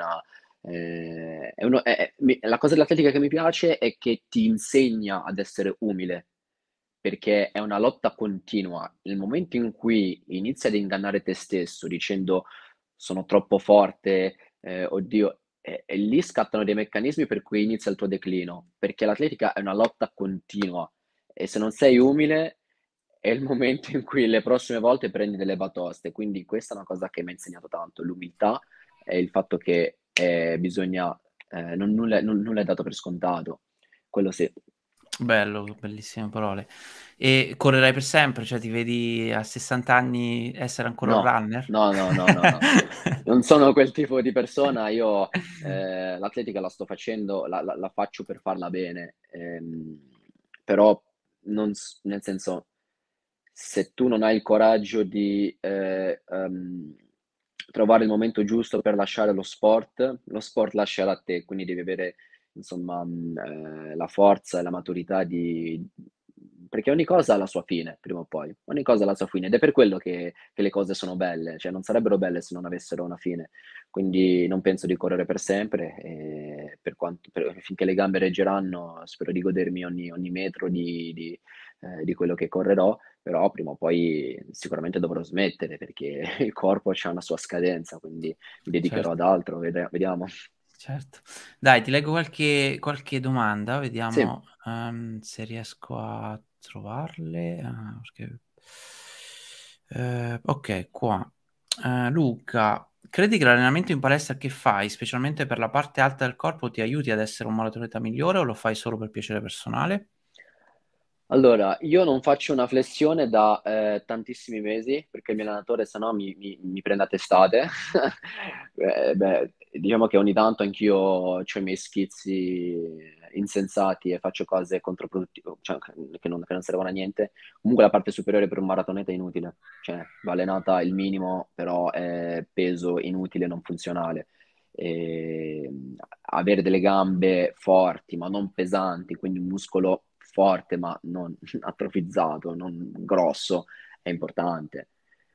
B: la cosa dell'atletica che mi piace è che ti insegna ad essere umile, perché è una lotta continua. Nel momento in cui inizi ad ingannare te stesso dicendo: "Sono troppo forte, oddio", e lì scattano dei meccanismi per cui inizia il tuo declino, perché l'atletica è una lotta continua e se non sei umile è il momento in cui le prossime volte prendi delle batoste. Quindi questa è una cosa che m'ha insegnato tanto, l'umiltà e il fatto che, bisogna nulla è dato per scontato. Quello sì.
A: Bello, bellissime parole. E correrai per sempre? Cioè ti vedi a 60 anni essere ancora un
B: No,
A: runner?
B: no, no, no, no, no. Non sono quel tipo di persona. Io l'atletica la sto facendo, la faccio per farla bene, però nel senso, se tu non hai il coraggio di trovare il momento giusto per lasciare lo sport lascerà a te, quindi devi avere insomma la forza e la maturità di perché ogni cosa ha la sua fine, prima o poi. Ogni cosa ha la sua fine ed è per quello che le cose sono belle, cioè non sarebbero belle se non avessero una fine. Quindi non penso di correre per sempre e finché le gambe reggeranno spero di godermi ogni metro di quello che correrò, però prima o poi sicuramente dovrò smettere perché il corpo c'ha una sua scadenza, quindi mi dedicherò
A: Certo.
B: ad altro, vediamo.
A: Certo. Dai, ti leggo qualche domanda,
B: Sì.
A: vediamo se riesco a trovarle. Ok, qua. Luca, credi che l'allenamento in palestra che fai, specialmente per la parte alta del corpo, ti aiuti ad essere un maratoneta migliore o lo fai solo per piacere personale?
B: Allora, io non faccio una flessione da tantissimi mesi perché il mio allenatore sennò mi prende a testate. Beh, diciamo che ogni tanto anch'io ho i miei schizzi insensati e faccio cose controproductive, cioè che non servono a niente. Comunque la parte superiore per un maratoneta è inutile, cioè va allenata il minimo, però è peso inutile, non funzionale. E, avere delle gambe forti ma non pesanti, quindi un muscolo forte ma non atrofizzato, non grosso, è importante.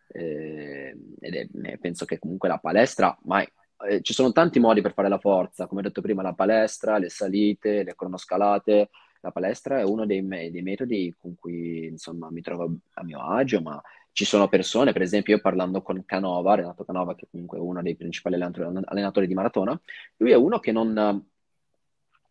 B: Penso che comunque la palestra, ma ci sono tanti modi per fare la forza, come ho detto prima, la palestra, le salite, le cronoscalate. La palestra è uno dei metodi con cui insomma mi trovo a mio agio, ma ci sono persone, per esempio io parlando con Canova, Renato Canova, che comunque è uno dei principali allenatori di maratona, lui è uno che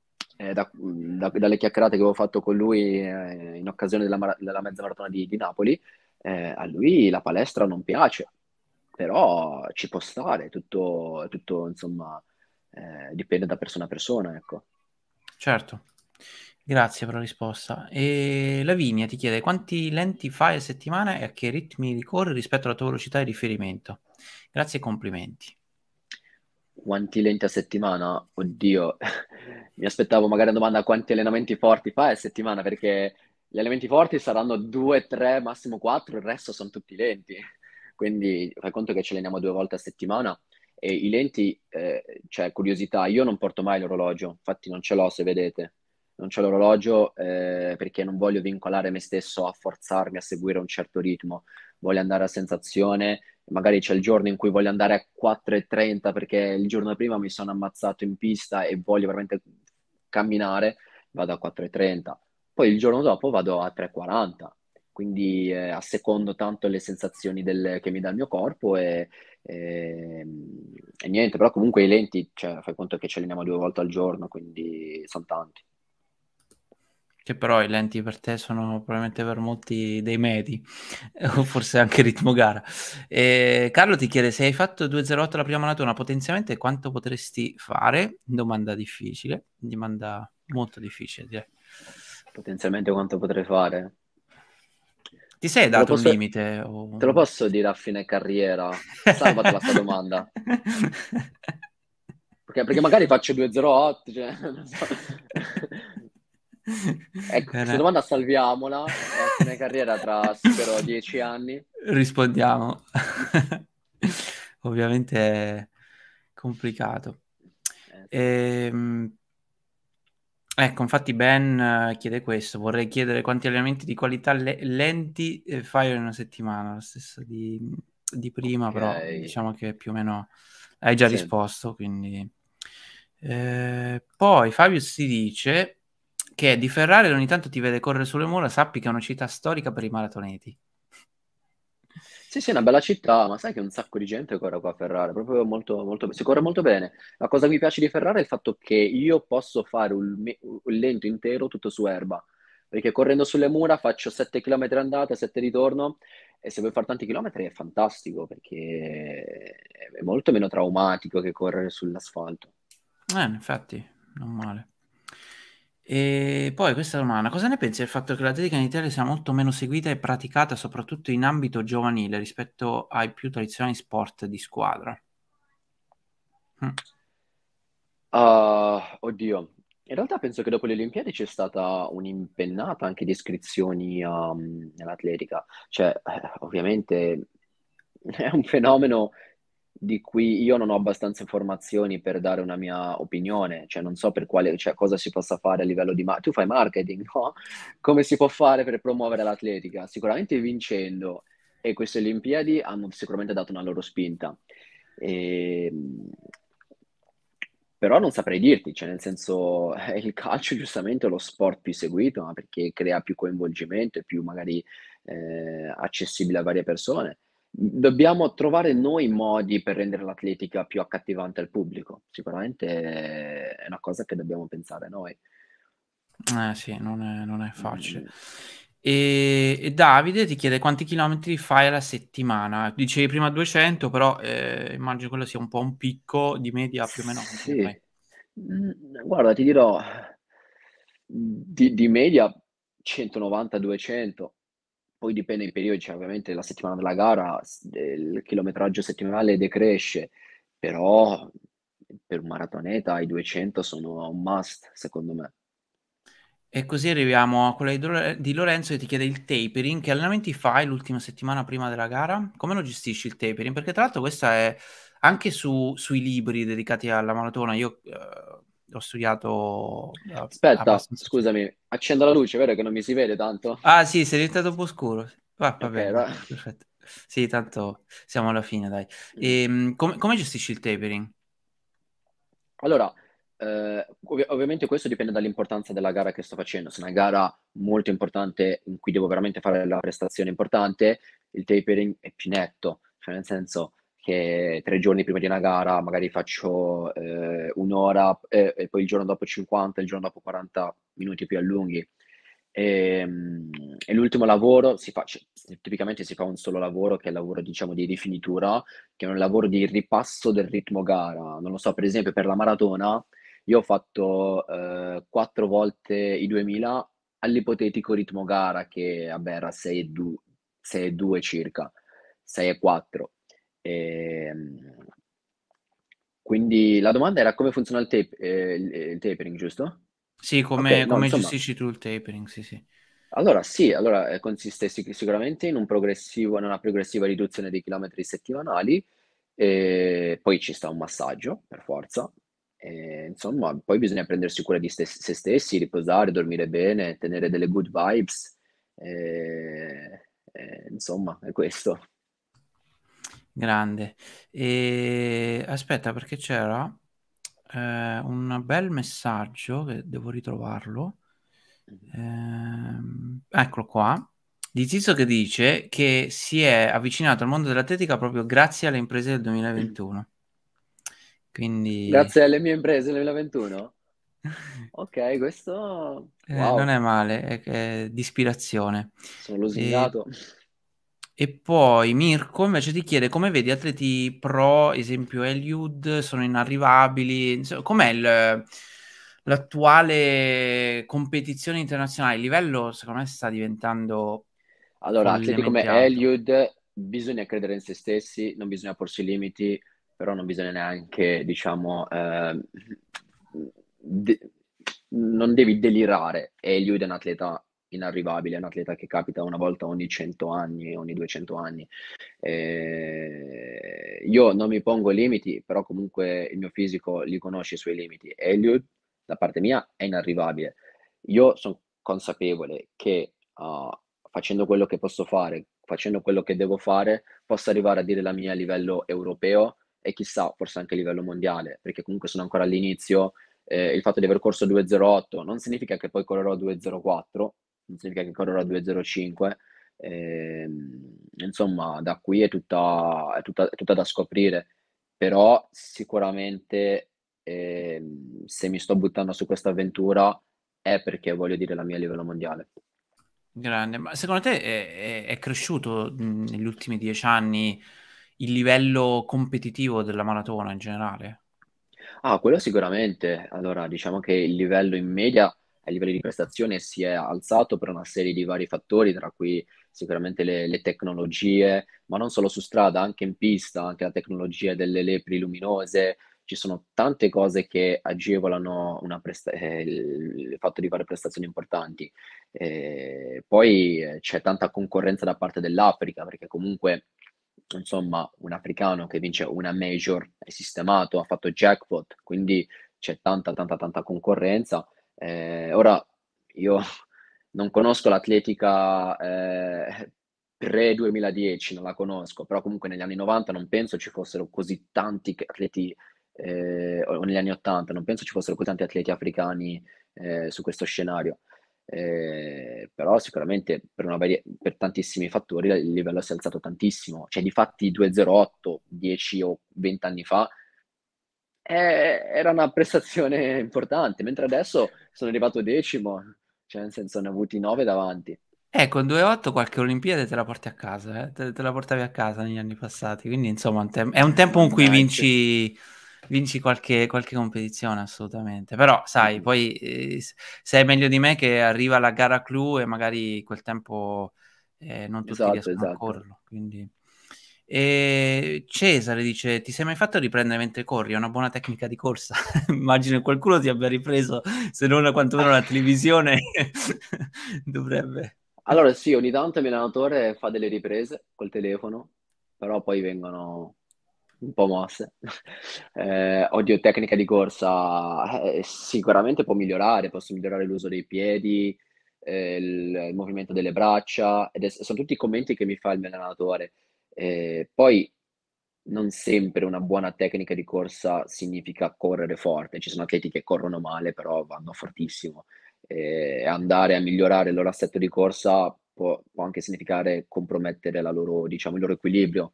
B: dalle chiacchierate che avevo fatto con lui in occasione della mezza maratona di Napoli, a lui la palestra non piace, però ci può stare, tutto insomma, dipende da persona a persona, ecco.
A: Certo, grazie per la risposta. E Lavinia ti chiede quanti lenti fai a settimana e a che ritmi ricorri rispetto alla tua velocità di riferimento. Grazie e complimenti.
B: Quanti lenti a settimana? Oddio, mi aspettavo magari una domanda quanti allenamenti forti fai a settimana, perché gli allenamenti forti saranno 2, 3, massimo 4, il resto sono tutti lenti. Quindi fai conto che ci alleniamo 2 volte a settimana e i lenti, cioè curiosità, io non porto mai l'orologio, infatti non ce l'ho se vedete, non c'ho l'orologio perché non voglio vincolare me stesso a forzarmi a seguire un certo ritmo, voglio andare a sensazione. Magari c'è il giorno in cui voglio andare a 4:30 perché il giorno prima mi sono ammazzato in pista e voglio veramente camminare, vado a 4:30. Poi il giorno dopo vado a 3:40. Quindi assecondo tanto le sensazioni che mi dà il mio corpo e- e niente, però comunque i lenti, cioè, fai conto che ci alleniamo 2 volte al giorno, quindi sono tanti.
A: Che però i lenti per te sono probabilmente per molti dei medi, o forse anche ritmo gara. Carlo ti chiede se hai fatto 2:08 la prima maratona, potenzialmente quanto potresti fare? Domanda difficile, domanda molto difficile, direi.
B: Potenzialmente quanto potrei fare?
A: Ti sei
B: Te lo
A: dato un
B: posso,
A: limite?
B: te lo posso dire a fine carriera? Salvatela sta domanda. Perché magari faccio 2:08, cioè, non so. Ecco, questa
A: Ne-
B: domanda salviamola e a fine carriera tra, spero, 10 anni.
A: Rispondiamo. Ovviamente è complicato.
B: Sì.
A: Ehm, ecco, infatti Ben chiede questo, vorrei chiedere quanti allenamenti di qualità lenti fai in una settimana, la stessa di prima,
B: Ok,
A: però diciamo che più o meno hai già
B: sì.
A: risposto, quindi... poi Fabio si dice che di Ferrari ogni tanto ti vede correre sulle mura, sappi che è una città storica per i maratoneti.
B: Sì, sì, è una bella città, ma sai che un sacco di gente corre qua a Ferrara, proprio molto, molto, si corre molto bene. La cosa che mi piace di Ferrara è il fatto che io posso fare un lento intero tutto su erba, perché correndo sulle mura faccio 7 km andata, 7 ritorno, e se vuoi fare tanti chilometri è fantastico, perché è molto meno traumatico che correre sull'asfalto.
A: Infatti, non male. E poi questa domanda, cosa ne pensi del fatto che l'atletica in Italia sia molto meno seguita e praticata soprattutto in ambito giovanile rispetto ai più tradizionali sport di squadra? Mm.
B: Oddio, in realtà penso che dopo le Olimpiadi c'è stata un'impennata anche di iscrizioni all'atletica. Cioè, ovviamente è un fenomeno di cui io non ho abbastanza informazioni per dare una mia opinione, cioè non so per quale, cioè, cosa si possa fare a livello di tu fai marketing, no? Come si può fare per promuovere l'atletica? Sicuramente vincendo, e queste Olimpiadi hanno sicuramente dato una loro spinta. E, però non saprei dirti, cioè nel senso, il calcio giustamente è lo sport più seguito, ma perché crea più coinvolgimento e più magari accessibile a varie persone. Dobbiamo trovare noi modi per rendere l'atletica più accattivante al pubblico. Sicuramente è una cosa che dobbiamo pensare noi.
A: Sì, non è facile.
B: Mm.
A: E Davide ti chiede quanti chilometri fai alla settimana. Dicevi prima 200, però immagino quello sia un po' un picco di media più o meno quanti ne
B: Sì.
A: fai.
B: Guarda, ti dirò, di media 190-200, poi dipende dai periodi, cioè ovviamente la settimana della gara il chilometraggio settimanale decresce, però per un maratoneta i 200 sono un must, secondo me.
A: E così arriviamo a quella di Lorenzo che ti chiede il tapering. Che allenamenti fai l'ultima settimana prima della gara? Come lo gestisci il tapering? Perché tra l'altro questa è anche sui libri dedicati alla maratona. Io ho studiato
B: Aspetta,
A: abbastanza su.
B: scusami, accendo la luce, vero che non mi si vede tanto?
A: Ah sì, sei diventato un po' scuro. Va
B: Ok,
A: bene, dai, perfetto. Sì, tanto siamo alla fine, dai.
B: Mm.
A: Come gestisci il tapering?
B: Allora, ovviamente questo dipende dall'importanza della gara che sto facendo. Se è una gara molto importante in cui devo veramente fare la prestazione importante, il tapering è più netto, cioè nel senso che 3 giorni prima di una gara magari faccio un'ora e poi il giorno dopo 50, il giorno dopo 40 minuti più lunghi. E l'ultimo lavoro tipicamente si fa un solo lavoro, che è il lavoro, diciamo, di rifinitura, che è un lavoro di ripasso del ritmo gara. Non lo so, per esempio per la maratona io ho fatto 4 volte i 2000 all'ipotetico ritmo gara che, vabbè, era 6,2 circa, 6,4. Ehm, quindi la domanda era come funziona il tapering, giusto?
A: Sì,
B: Ok, no,
A: come
B: insomma,
A: gestisci tu il tapering, sì, sì.
B: allora sì, allora consiste sicuramente in una progressiva riduzione dei chilometri settimanali, e poi ci sta un massaggio, per forza, e, insomma, poi bisogna prendersi cura di se stessi, riposare, dormire bene, tenere delle good vibes, insomma, è questo.
A: Grande. E aspetta, perché c'era un bel messaggio che devo ritrovarlo. Eccolo qua. Di Tizio che dice che si è avvicinato al mondo dell'atletica proprio grazie alle imprese del 2021. Quindi
B: Grazie alle mie imprese nel 2021? Ok, questo...
A: non
B: Wow,
A: è male, è di ispirazione.
B: sono
A: E,
B: lusingato.
A: e poi Mirko invece ti chiede come vedi atleti pro, esempio Eliud, sono inarrivabili. Insomma, com'è l'attuale competizione internazionale? Il livello, secondo me, sta diventando
B: Allora, atleti come
A: follemente alto.
B: Eliud, bisogna credere in se stessi, non bisogna porsi limiti, però non bisogna neanche, diciamo, de- non devi delirare. Eliud è un atleta inarrivabile, è un atleta che capita una volta ogni 100 anni, ogni 200 anni. Io non mi pongo limiti, però comunque il mio fisico li conosce i suoi limiti. Eliud, da parte mia, è inarrivabile. Io sono consapevole che facendo quello che posso fare, facendo quello che devo fare, posso arrivare a dire la mia a livello europeo e chissà, forse anche a livello mondiale, perché comunque sono ancora all'inizio. Il fatto di aver corso 2,08 non significa che poi correrò 2,04, non significa che correrò 2,05. Insomma, da qui è tutta da scoprire, però sicuramente se mi sto buttando su questa avventura è perché voglio dire la mia a livello mondiale.
A: Grande, ma secondo te è cresciuto negli ultimi 10 anni il livello competitivo della maratona in generale?
B: Ah, quello sicuramente. Allora, diciamo che il livello in media, a livello di prestazione, si è alzato per una serie di vari fattori, tra cui sicuramente le tecnologie, ma non solo su strada, anche in pista, anche la tecnologia delle lepri luminose. Ci sono tante cose che agevolano il fatto di fare prestazioni importanti. Poi c'è tanta concorrenza da parte dell'Africa, perché comunque, insomma, un africano che vince una major è sistemato, ha fatto jackpot, quindi c'è tanta, tanta, tanta concorrenza. Ora, io non conosco l'atletica pre-2010, non la conosco, però comunque negli anni 90 non penso ci fossero così tanti atleti, o negli anni 80, non penso ci fossero così tanti atleti africani su questo scenario. Però sicuramente per tantissimi fattori il livello si è alzato tantissimo. Cioè, di fatti 2,08 10 o 20 anni fa era una prestazione importante, mentre adesso sono arrivato decimo, cioè nel senso ne ho avuti 9 davanti.
A: Con 2,8 qualche Olimpiade te la porti a casa, te la portavi a casa negli anni passati, quindi insomma è un tempo in cui
B: Mannaggia.
A: vinci qualche competizione assolutamente, però sai,
B: Mm-mm.
A: poi sai meglio di me che arriva la gara clou e magari quel tempo non tutti
B: Esatto,
A: riescono a
B: esatto.
A: correrlo, quindi... E Cesare dice, ti sei mai fatto riprendere mentre corri? È una buona tecnica di corsa. Immagino che qualcuno ti abbia ripreso, se non quantomeno la televisione dovrebbe...
B: Allora sì, ogni tanto il mio allenatore fa delle riprese col telefono, però poi vengono un po' mosse. Oddio, tecnica di corsa, sicuramente può migliorare, posso migliorare l'uso dei piedi, il movimento delle braccia, sono tutti commenti che mi fa il mio allenatore. Poi non sempre una buona tecnica di corsa significa correre forte, ci sono atleti che corrono male, però vanno fortissimo. Andare a migliorare il loro assetto di corsa può anche significare compromettere diciamo, il loro equilibrio.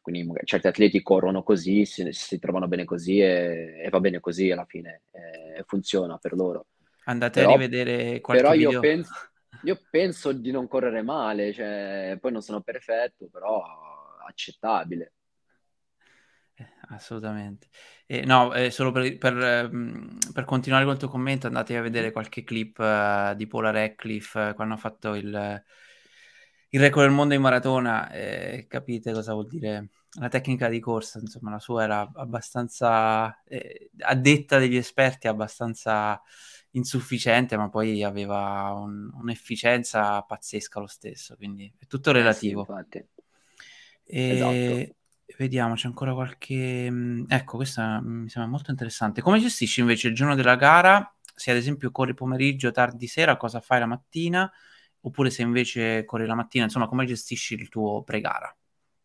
B: quindi certi atleti corrono così, si trovano bene così e va bene così alla fine, funziona per loro.
A: Andate a
B: Però,
A: rivedere
B: però
A: qualche video.
B: io penso di non correre male, cioè, poi non sono perfetto, però accettabile.
A: Assolutamente. No, solo per continuare col tuo commento, andate a
B: Mhm.
A: vedere qualche clip di Paula Radcliffe quando ha fatto il record del mondo in maratona, capite cosa vuol dire la tecnica di corsa. Insomma, la sua era abbastanza, a detta degli esperti, abbastanza insufficiente, ma poi aveva un'efficienza pazzesca lo stesso, quindi è tutto
B: Eh sì,
A: relativo.
B: infatti, esatto.
A: E vediamo, c'è ancora qualche... Ecco, questa mi sembra molto interessante. Come gestisci invece il giorno della gara? Se ad esempio corri pomeriggio, tardi sera, cosa fai la mattina? Oppure se invece corri la mattina, insomma, come gestisci il tuo pre-gara?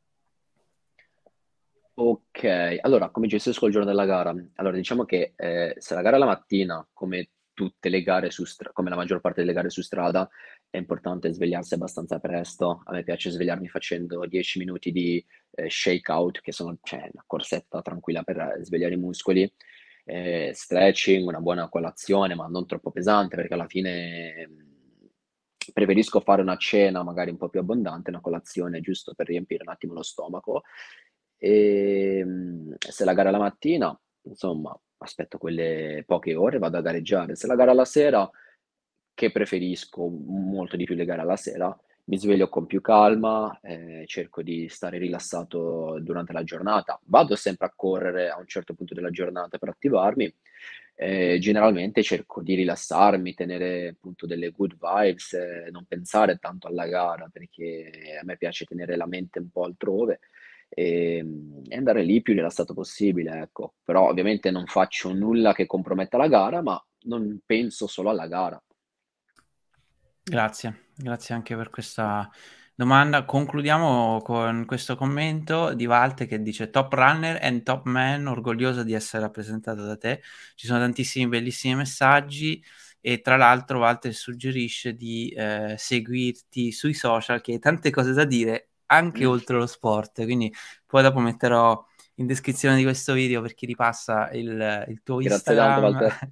B: Ok, allora come gestisco il giorno della gara? Allora diciamo che se la gara è la mattina, come tutte le gare come la maggior parte delle gare su strada, è importante svegliarsi abbastanza presto. A me piace svegliarmi facendo 10 minuti di shakeout, che sono cioè, una corsetta tranquilla per svegliare i muscoli, stretching, una buona colazione, ma non troppo pesante, perché alla fine preferisco fare una cena magari un po' più abbondante, una colazione giusto per riempire un attimo lo stomaco. Se la gara è la mattina, insomma, aspetto quelle poche ore, vado a gareggiare. Se la gara è la sera, che preferisco molto di più le gare alla sera, mi sveglio con più calma, cerco di stare rilassato durante la giornata. Vado sempre a correre a un certo punto della giornata per attivarmi. Generalmente cerco di rilassarmi, tenere appunto delle good vibes, non pensare tanto alla gara, perché a me piace tenere la mente un po' altrove, e andare lì più rilassato possibile, ecco. Però ovviamente non faccio nulla che comprometta la gara, ma non penso solo alla gara.
A: Grazie anche per questa domanda. Concludiamo con questo commento di Walte che dice top runner and top man, orgoglioso di essere rappresentato da te. Ci sono tantissimi bellissimi messaggi e tra l'altro Walter suggerisce di seguirti sui social che hai tante cose da dire anche
B: Mh,
A: oltre lo sport, quindi poi dopo metterò in descrizione di questo video per chi ripassa il tuo
B: grazie tanto
A: Instagram.
B: Walter.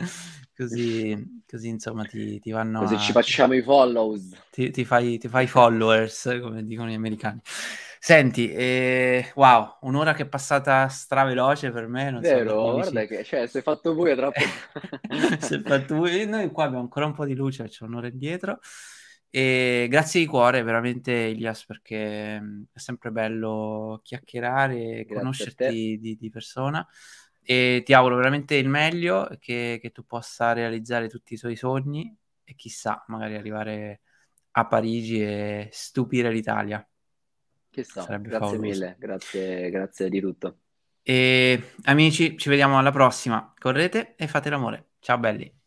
A: Così insomma ti vanno
B: Così ci
A: a
B: facciamo i follows.
A: ti fai followers, come dicono gli americani. Senti, wow, un'ora che è passata straveloce per me, non so per gli
B: Vero?
A: amici.
B: Guarda che cioè si è fatto buio troppo.
A: Si è fatto noi qua abbiamo ancora un po' di luce, c'è un'ora indietro. E grazie di cuore, veramente, Ilias, perché è sempre bello chiacchierare e
B: Grazie a te.
A: conoscerti di persona. E ti auguro veramente il meglio, che tu possa realizzare tutti i tuoi sogni e chissà, magari arrivare a Parigi e stupire l'Italia.
B: Chissà,
A: Sarebbe
B: grazie
A: favoloso.
B: mille, grazie di tutto.
A: E amici, ci vediamo alla prossima. Correte e fate l'amore. Ciao belli.